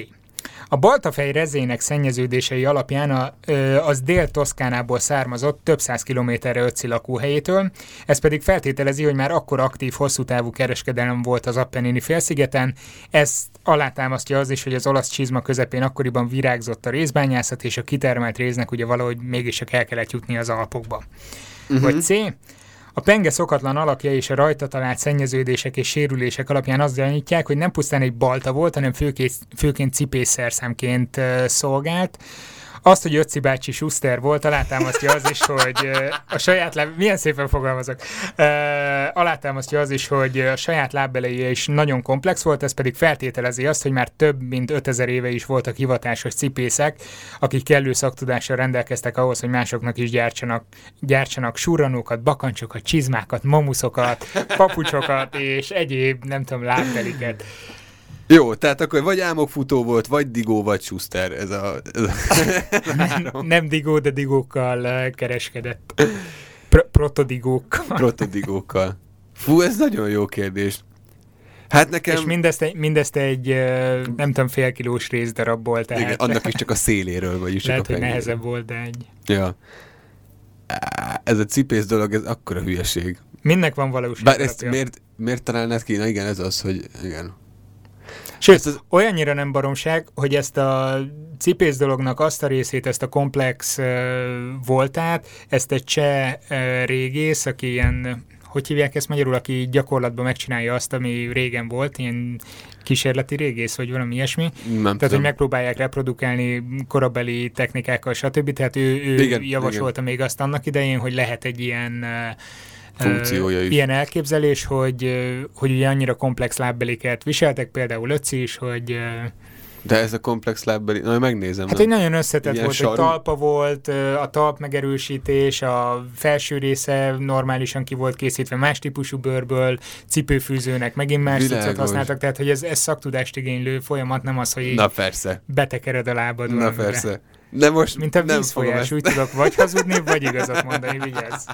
A baltafej rezének szennyeződései alapján a, ö, az Dél-Toszkánából származott több száz kilométerre Ötzi lakóhelyétől, ez pedig feltételezi, hogy már akkor aktív, hosszú távú kereskedelem volt az Appennini félszigeten. Ezt alátámasztja az is, hogy az olasz csizma közepén akkoriban virágzott a rézbányászat, és a kitermelt réznek ugye valahogy mégis csak el kellett jutni az Alpokba. Uh-huh. Vagy C. A penge szokatlan alakja és a rajta talált szennyeződések és sérülések alapján azt gyanítják, hogy nem pusztán egy balta volt, hanem főként, főként cipésszerszámként uh, szolgált. Azt, hogy Ötzi bácsi Schuster volt, alátámasztja az is, hogy uh, a saját láb... Milyen szépen fogalmazok. Uh, alátámasztja az is, hogy a saját lábbeleje is nagyon komplex volt, ez pedig feltételezi azt, hogy már több mint ötezer éve is voltak hivatásos cipészek, akik kellő szaktudással rendelkeztek ahhoz, hogy másoknak is gyártsanak, gyártsanak surranókat, bakancsokat, csizmákat, mamuszokat, papucsokat és egyéb, nem tudom, lábbeliket. Jó, tehát akkor vagy álmokfutó volt, vagy Digó, vagy Schuster. Ez a, ez a nem, nem Digó, de Digókkal kereskedett. Pro- protodigókkal. Protodigókkal. Fú, ez nagyon jó kérdés. Hát nekem... És mindezt egy, mindezt egy nem tudom, fél kilós részdarabból. Tehát... Igen, annak is csak a széléről, vagyis lehet, csak a hogy nehezebb volt, de egy... Ja. Ez a cipész dolog, ez akkora hülyeség. Mindnek van valóság. Bár ezt miért, miért találnád ki? Na igen, ez az, hogy igen. Sőt, az... olyannyira nem baromság, hogy ezt a cipész dolognak azt a részét, ezt a komplex uh, voltát, ezt egy cseh uh, régész, aki ilyen, hogy hívják ezt magyarul, aki gyakorlatban megcsinálja azt, ami régen volt, ilyen kísérleti régész, vagy valami ilyesmi. Nem Tehát, tudom. Hogy megpróbálják reprodukálni korabeli technikákkal, stb. Tehát ő, ő igen, javasolta igen. még azt annak idején, hogy lehet egy ilyen... Uh, funkciója is. Ilyen elképzelés, hogy, hogy ugye annyira komplex lábbeliket viseltek, például Ötzi is, hogy... De ez a komplex lábbeli... Na, megnézem. Hát egy nagyon összetett volt, sarú... egy talpa volt, a talp megerősítés, a felső része normálisan ki volt készítve más típusú bőrből, cipőfűzőnek megint más cuccot használtak, tehát hogy ez, ez szaktudást igénylő folyamat, nem az, hogy így Na persze. betekered a lábad. Na valamire. Persze. De most mint a vízfolyás, úgy tudok vagy hazudni, vagy igazat mondani, vigyázz.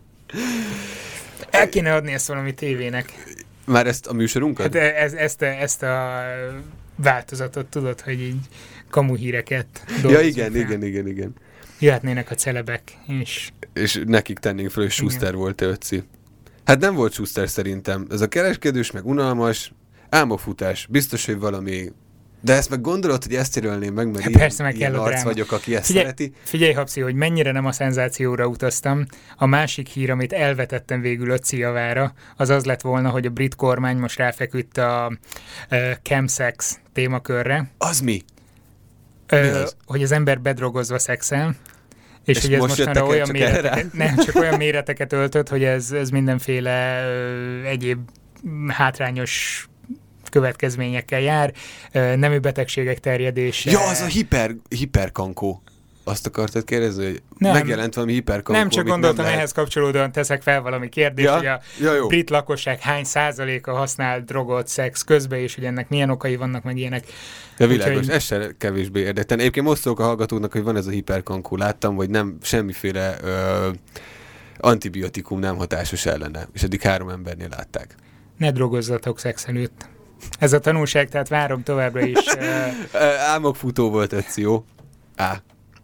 El kéne adni ezt valami tévének. Már ezt a műsorunkat? Hát ez, ezt, a, ezt a változatot tudod, hogy így kamuhíreket dolgozunk. Ja igen, fel. igen, igen, igen. Jöhetnének a celebek, és... És nekik tennénk fel, hogy Schuster volt-e Ötzi. Hát nem volt Schuster szerintem. Ez a kereskedős, meg unalmas, álmokfutás. Biztos, hogy valami... De ezt meg gondolod, hogy ezt érölném meg, mert hát ilyen, persze, meg ilyen kell arc vagyok, aki ezt figyelj, szereti. Figyelj, Hapszi, hogy mennyire nem a szenzációra utaztam. A másik hír, amit elvetettem végül Ötzi javára, az az lett volna, hogy a brit kormány most ráfeküdt a uh, chemsex témakörre. Az mi? Uh, mi az? Hogy az ember bedrogozva szexel. És, és hogy ez most mostanra olyan méreteket, nem, csak olyan méreteket öltött, hogy ez, ez mindenféle uh, egyéb hátrányos következményekkel jár, nemű betegségek terjedése. Ja, az a hiper, hiperkankó. Azt akartad kérdezni, hogy nem, megjelent valami hiperkankó. Nem, csak gondoltam, nem ehhez kapcsolódóan teszek fel valami kérdést, ja? hogy a ja, brit lakosság hány százaléka használ drogot szex közben, és hogy ennek milyen okai vannak, meg ilyenek. Ja, világos, Úgyhogy... ez se kevésbé érdektelen. Egyébként most szólok a hallgatóknak, hogy van ez a hiperkankó. Láttam, hogy nem semmiféle ö, antibiotikum nem hatásos ellene, és eddig három embernél látták. Ne drogozzatok szex előtt. Ez a tanulság, tehát várom továbbra is. Uh... Álmokfutó volt Ötzi, jó? Á.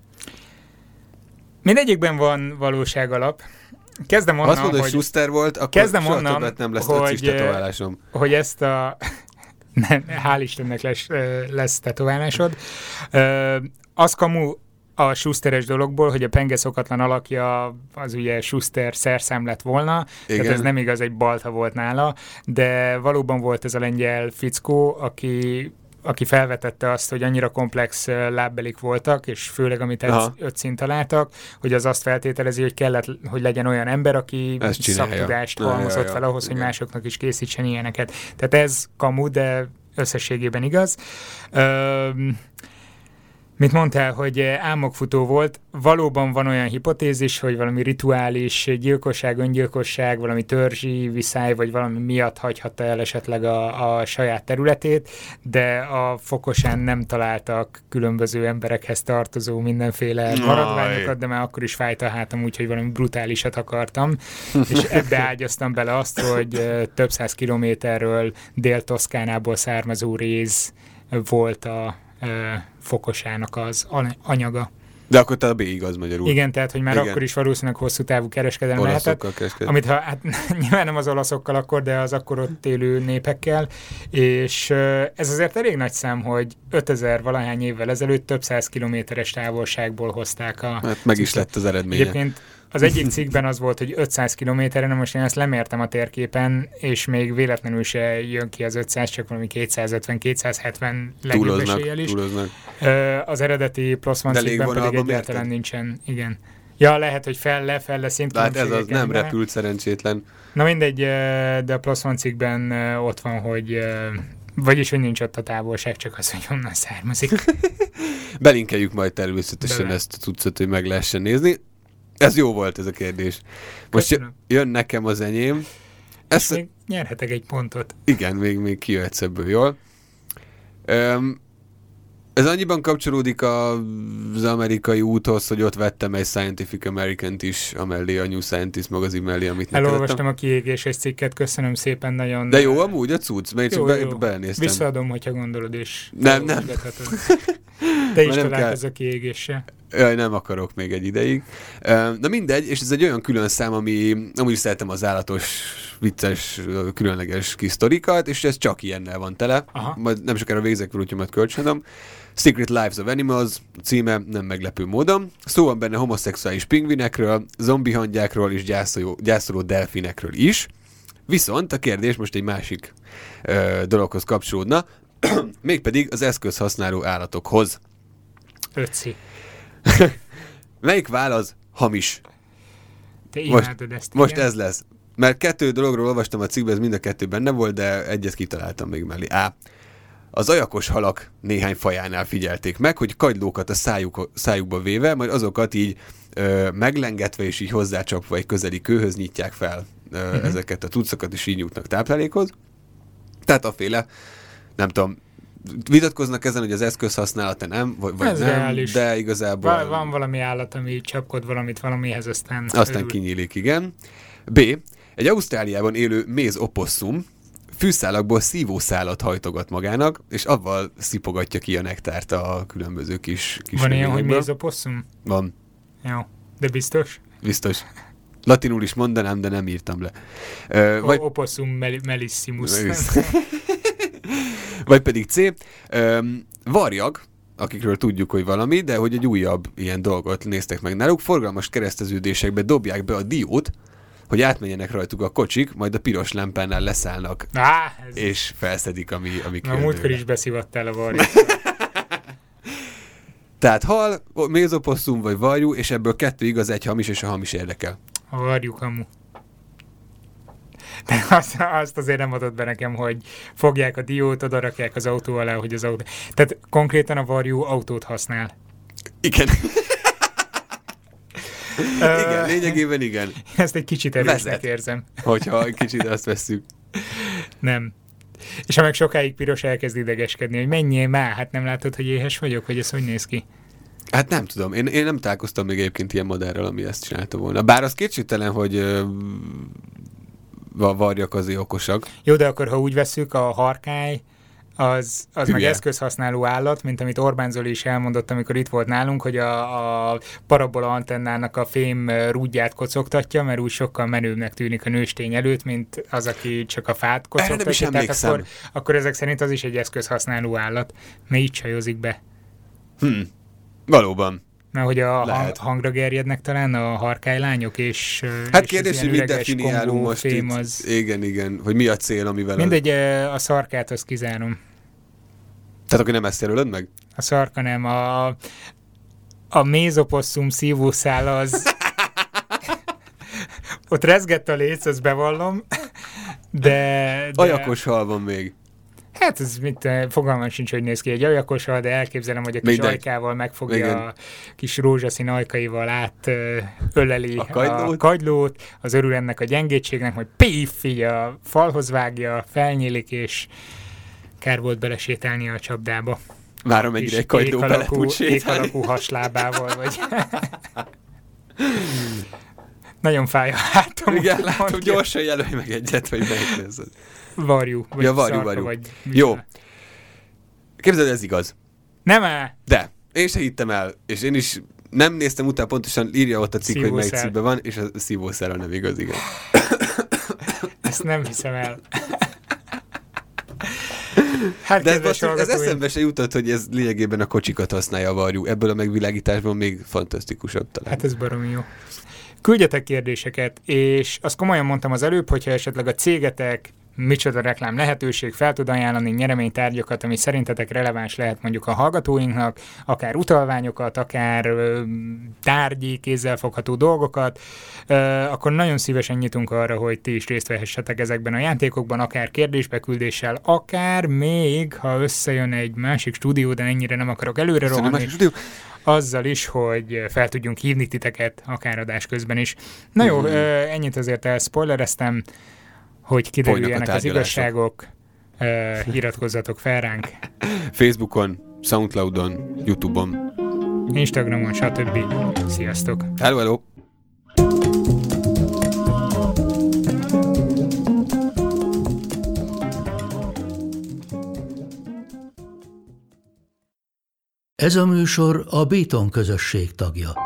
Mindegyikben van valóság alap. Kezdem onnan, azt mondod, hogy Schuster volt, akkor kezdem soha onnan, többet nem lesz hogy, Ötzis tetoválásom. Hogy ezt a... nem, hál' Istennek lesz, lesz tetoválásod. Az kamu a Schusteres dologból, hogy a penge szokatlan alakja az ugye Schuster szerszám lett volna, igen. Tehát ez nem igaz, egy balta volt nála, de valóban volt ez a lengyel fickó, aki, aki felvetette azt, hogy annyira komplex lábbelik voltak, és főleg amit Ötzin találtak, hogy az azt feltételezi, hogy kellett, hogy legyen olyan ember, aki szaktudást halmozott ja, ja, fel ahhoz, igen. hogy másoknak is készítsen ilyeneket. Tehát ez kamu, de összességében igaz. Üm, Mint mondtál, hogy álmokfutó volt, valóban van olyan hipotézis, hogy valami rituális gyilkosság, öngyilkosság, valami törzsi viszály, vagy valami miatt hagyhatta el esetleg a, a saját területét, de a Fokosán nem találtak különböző emberekhez tartozó mindenféle maradványokat, de már akkor is fájt a hátam, úgyhogy valami brutálisat akartam, és ebbe ágyaztam bele azt, hogy több száz kilométerről Dél-Toszkánából származó réz volt a ö, fokosának az anyaga. De akkor te a B igaz magyarul. Igen, tehát, hogy már Igen. akkor is valószínűleg hosszú távú kereskedelem lehetett. Amit ha, hát nyilván nem az olaszokkal akkor, de az akkor ott élő népekkel. És ez azért elég nagy szám, hogy ötezer valahány évvel ezelőtt több száz kilométeres távolságból hozták a... Hát meg is lett az eredménye. Egyébként az egyik cikkben az volt, hogy ötszáz kilométerre, most én ezt lemértem a térképen, és még véletlenül se jön ki az ötszáz, csak valami kétszázötven-kétszázhetven legjobb eséllyel is. Túloznak. Az eredeti plusz van cikkben pedig egyáltalán nincsen. Igen. Ja, lehet, hogy fel-le, fel-le szint. Hát ez az nem repült szerencsétlen. Na mindegy, de a plusz van cikkben ott van, hogy vagyis, hogy nincs ott a távolság, csak az, hogy honnan származik. Belinkeljük majd természetesen Bele. ezt a cuccot, hogy meg lehessen nézni. Ez jó volt ez a kérdés. Most Köszönöm. jön nekem az enyém. Ezt még nyerhetek egy pontot. Igen, még, még kijöhetsz ebből jól. Um, ez annyiban kapcsolódik az amerikai úthoz, hogy ott vettem egy Scientific Americant is, amellé a New Scientist magazin mellé, amit neked elolvastam a kiégéses cikket, köszönöm szépen, nagyon... De jó amúgy a cucc, mert én jó, csak jó. be, belenéztem. Visszaadom, hogyha gondolod, és... Nem, nem. Te is találkozz a kiégéssel. Jaj, nem akarok még egy ideig. Na mindegy, és ez egy olyan külön szám, ami amúgy is szeretem az állatos, vicces, különleges kis sztorikat, és ez csak ilyennel van tele. Aha. Majd nem sokára végzek, úgyhogy majd kölcsönöm. Secret Lives of Animals címe, nem meglepő módon. Szó van benne homoszexuális pingvinekről, zombihangyákról és gyászoló, gyászoló delfinekről is. Viszont a kérdés most egy másik ö, dologhoz kapcsolódna, mégpedig az eszközhasználó állatokhoz. Öci. Melyik válasz hamis? Te most ezt, most ez lesz. Mert kettő dologról olvastam a cikkben, ez mind a kettő benne volt, de egyet kitaláltam még mellé. A. Az ajakos halak néhány fajánál figyelték meg, hogy kagylókat a szájuk, szájukba véve, majd azokat így ö, meglengetve és így hozzácsapva egy közeli kőhöz nyitják fel ö, uh-huh. ezeket a cuccokat, és így nyújtnak táplálékhoz. Tehát aféle, nem tudom, vitatkoznak ezen, hogy az eszközhasználata nem, vagy, vagy nem, reális. De igazából... Van, van valami állat, ami csapkod valamit valamihez, aztán... Aztán örül. kinyílik, igen. B. Egy Ausztráliában élő méz oposszum fűszálakból szívószálat hajtogat magának, és avval szipogatja ki a nektárt a különböző kis, kis Van ilyen, hogy méz oposszum? Van. Jó. De biztos? Biztos. Latinul is mondanám, de nem írtam le. Uh, vagy... Opossum melissimus. Vagy pedig C. Um, varjak, akikről tudjuk, hogy valami, de hogy egy újabb ilyen dolgot néztek meg náluk, forgalmas kereszteződésekbe dobják be a diót, hogy átmenjenek rajtuk a kocsik, majd a piros lámpánál leszállnak, Á, ez... és felszedik, ami, ami Na, múltkor is beszivattál a varjat. Tehát hal, mézoposszum vagy varjú, és ebből kettő igaz, egy hamis, és a hamis érdekel. A varjú kamu. De azt, azt azért nem adott be nekem, hogy fogják a diót, oda rakják az autó alá, hogy az autó... Tehát konkrétan a varjú autót használ. Igen. Igen, lényegében igen. Ezt egy kicsit erősnek érzem. Hogyha egy kicsit azt vesszük. Nem. És ha meg sokáig piros elkezd idegeskedni, hogy menjél már, hát nem látod, hogy éhes vagyok, hogy ez hogy néz ki? Hát nem tudom, én, én nem találkoztam még egyébként ilyen modellről, ami ezt csinálta volna. Bár az kétségtelen, hogy ö, a varjak azért okosak. Jó, de akkor ha úgy vesszük, a harkály, az, az meg eszközhasználó állat, mint amit Orbán Zoli is elmondott, amikor itt volt nálunk, hogy a, a parabola antennának a fém rúdját kocogtatja, mert úgy sokkal menőbbnek tűnik a nőstény előtt, mint az, aki csak a fát kocogtatja. Tehát akkor, akkor ezek szerint az is egy eszközhasználó állat, mert így csajozik be. Hm. Valóban. Mert hogy a hang, hangra gerjednek talán a harkálylányok, és hát és kérdés, hogy mit definiálunk most itt. Az... Igen, igen. Hogy mi a cél, amivel... Mindegy, az... a szarkát azt kizárom. Tehát akkor nem ezt jelölöd meg? A szarka nem. A, a mézoposszum szívószál az... Ott rezgett a léc, azt bevallom. De... de... Ajakos hal van még. Hát ez mit, fogalmam sincs, hogy néz ki egy ajakos hal, de elképzelem, hogy a kis Mindegy. ajkával megfogja Igen. a kis rózsaszín ajkaival át öleli a kagylót. a kagylót, az örül ennek a gyengétségnek, hogy pif, így a falhoz vágja, felnyílik, és kár volt belesétálni a csapdába. Várom egyre egy kagyló bele tud sétálni. Ékalakú haslábával, vagy... Nagyon fáj a hátam. Igen, látom, gyorsan jelölj meg egyet, hogy melyik lesz. Varjú. Vagy ja, varjú, szarka, varjú. Vagy Jó. Képzeld, ez igaz. Nem el! De, én se hittem el, és én is nem néztem utána, pontosan írja ott a cikk, hogy melyik cikkben van, és a szívószára nem igaz, igen. Ezt nem hiszem el. Hát de ez, most, ez eszembe se jutott, hogy ez lényegében a kocsikat használja a varjú. Ebből a megvilágításban még fantasztikusabb talán. Hát ez baromi jó. Küldjetek kérdéseket, és azt komolyan mondtam az előbb, hogyha esetleg a cégetek micsoda reklám lehetőség fel tud ajánlani nyereménytárgyakat, ami szerintetek releváns lehet mondjuk a hallgatóinknak, akár utalványokat, akár ö, tárgyi, kézzelfogható dolgokat, ö, akkor nagyon szívesen nyitunk arra, hogy ti is részt vehessetek ezekben a játékokban, akár kérdésbeküldéssel, akár még, ha összejön egy másik stúdió, de ennyire nem akarok előre rohanni, azzal is, hogy fel tudjunk hívni titeket, akár adás közben is. Na jó, mm-hmm. ennyit azért elspoilereztem, hogy kiderüljenek az igazságok, uh, iratkozzatok fel ránk. Facebookon, Soundcloudon, YouTube-on, Instagramon, stb. Sziasztok! Hello, hello! Ez a műsor a Béton közösség tagja.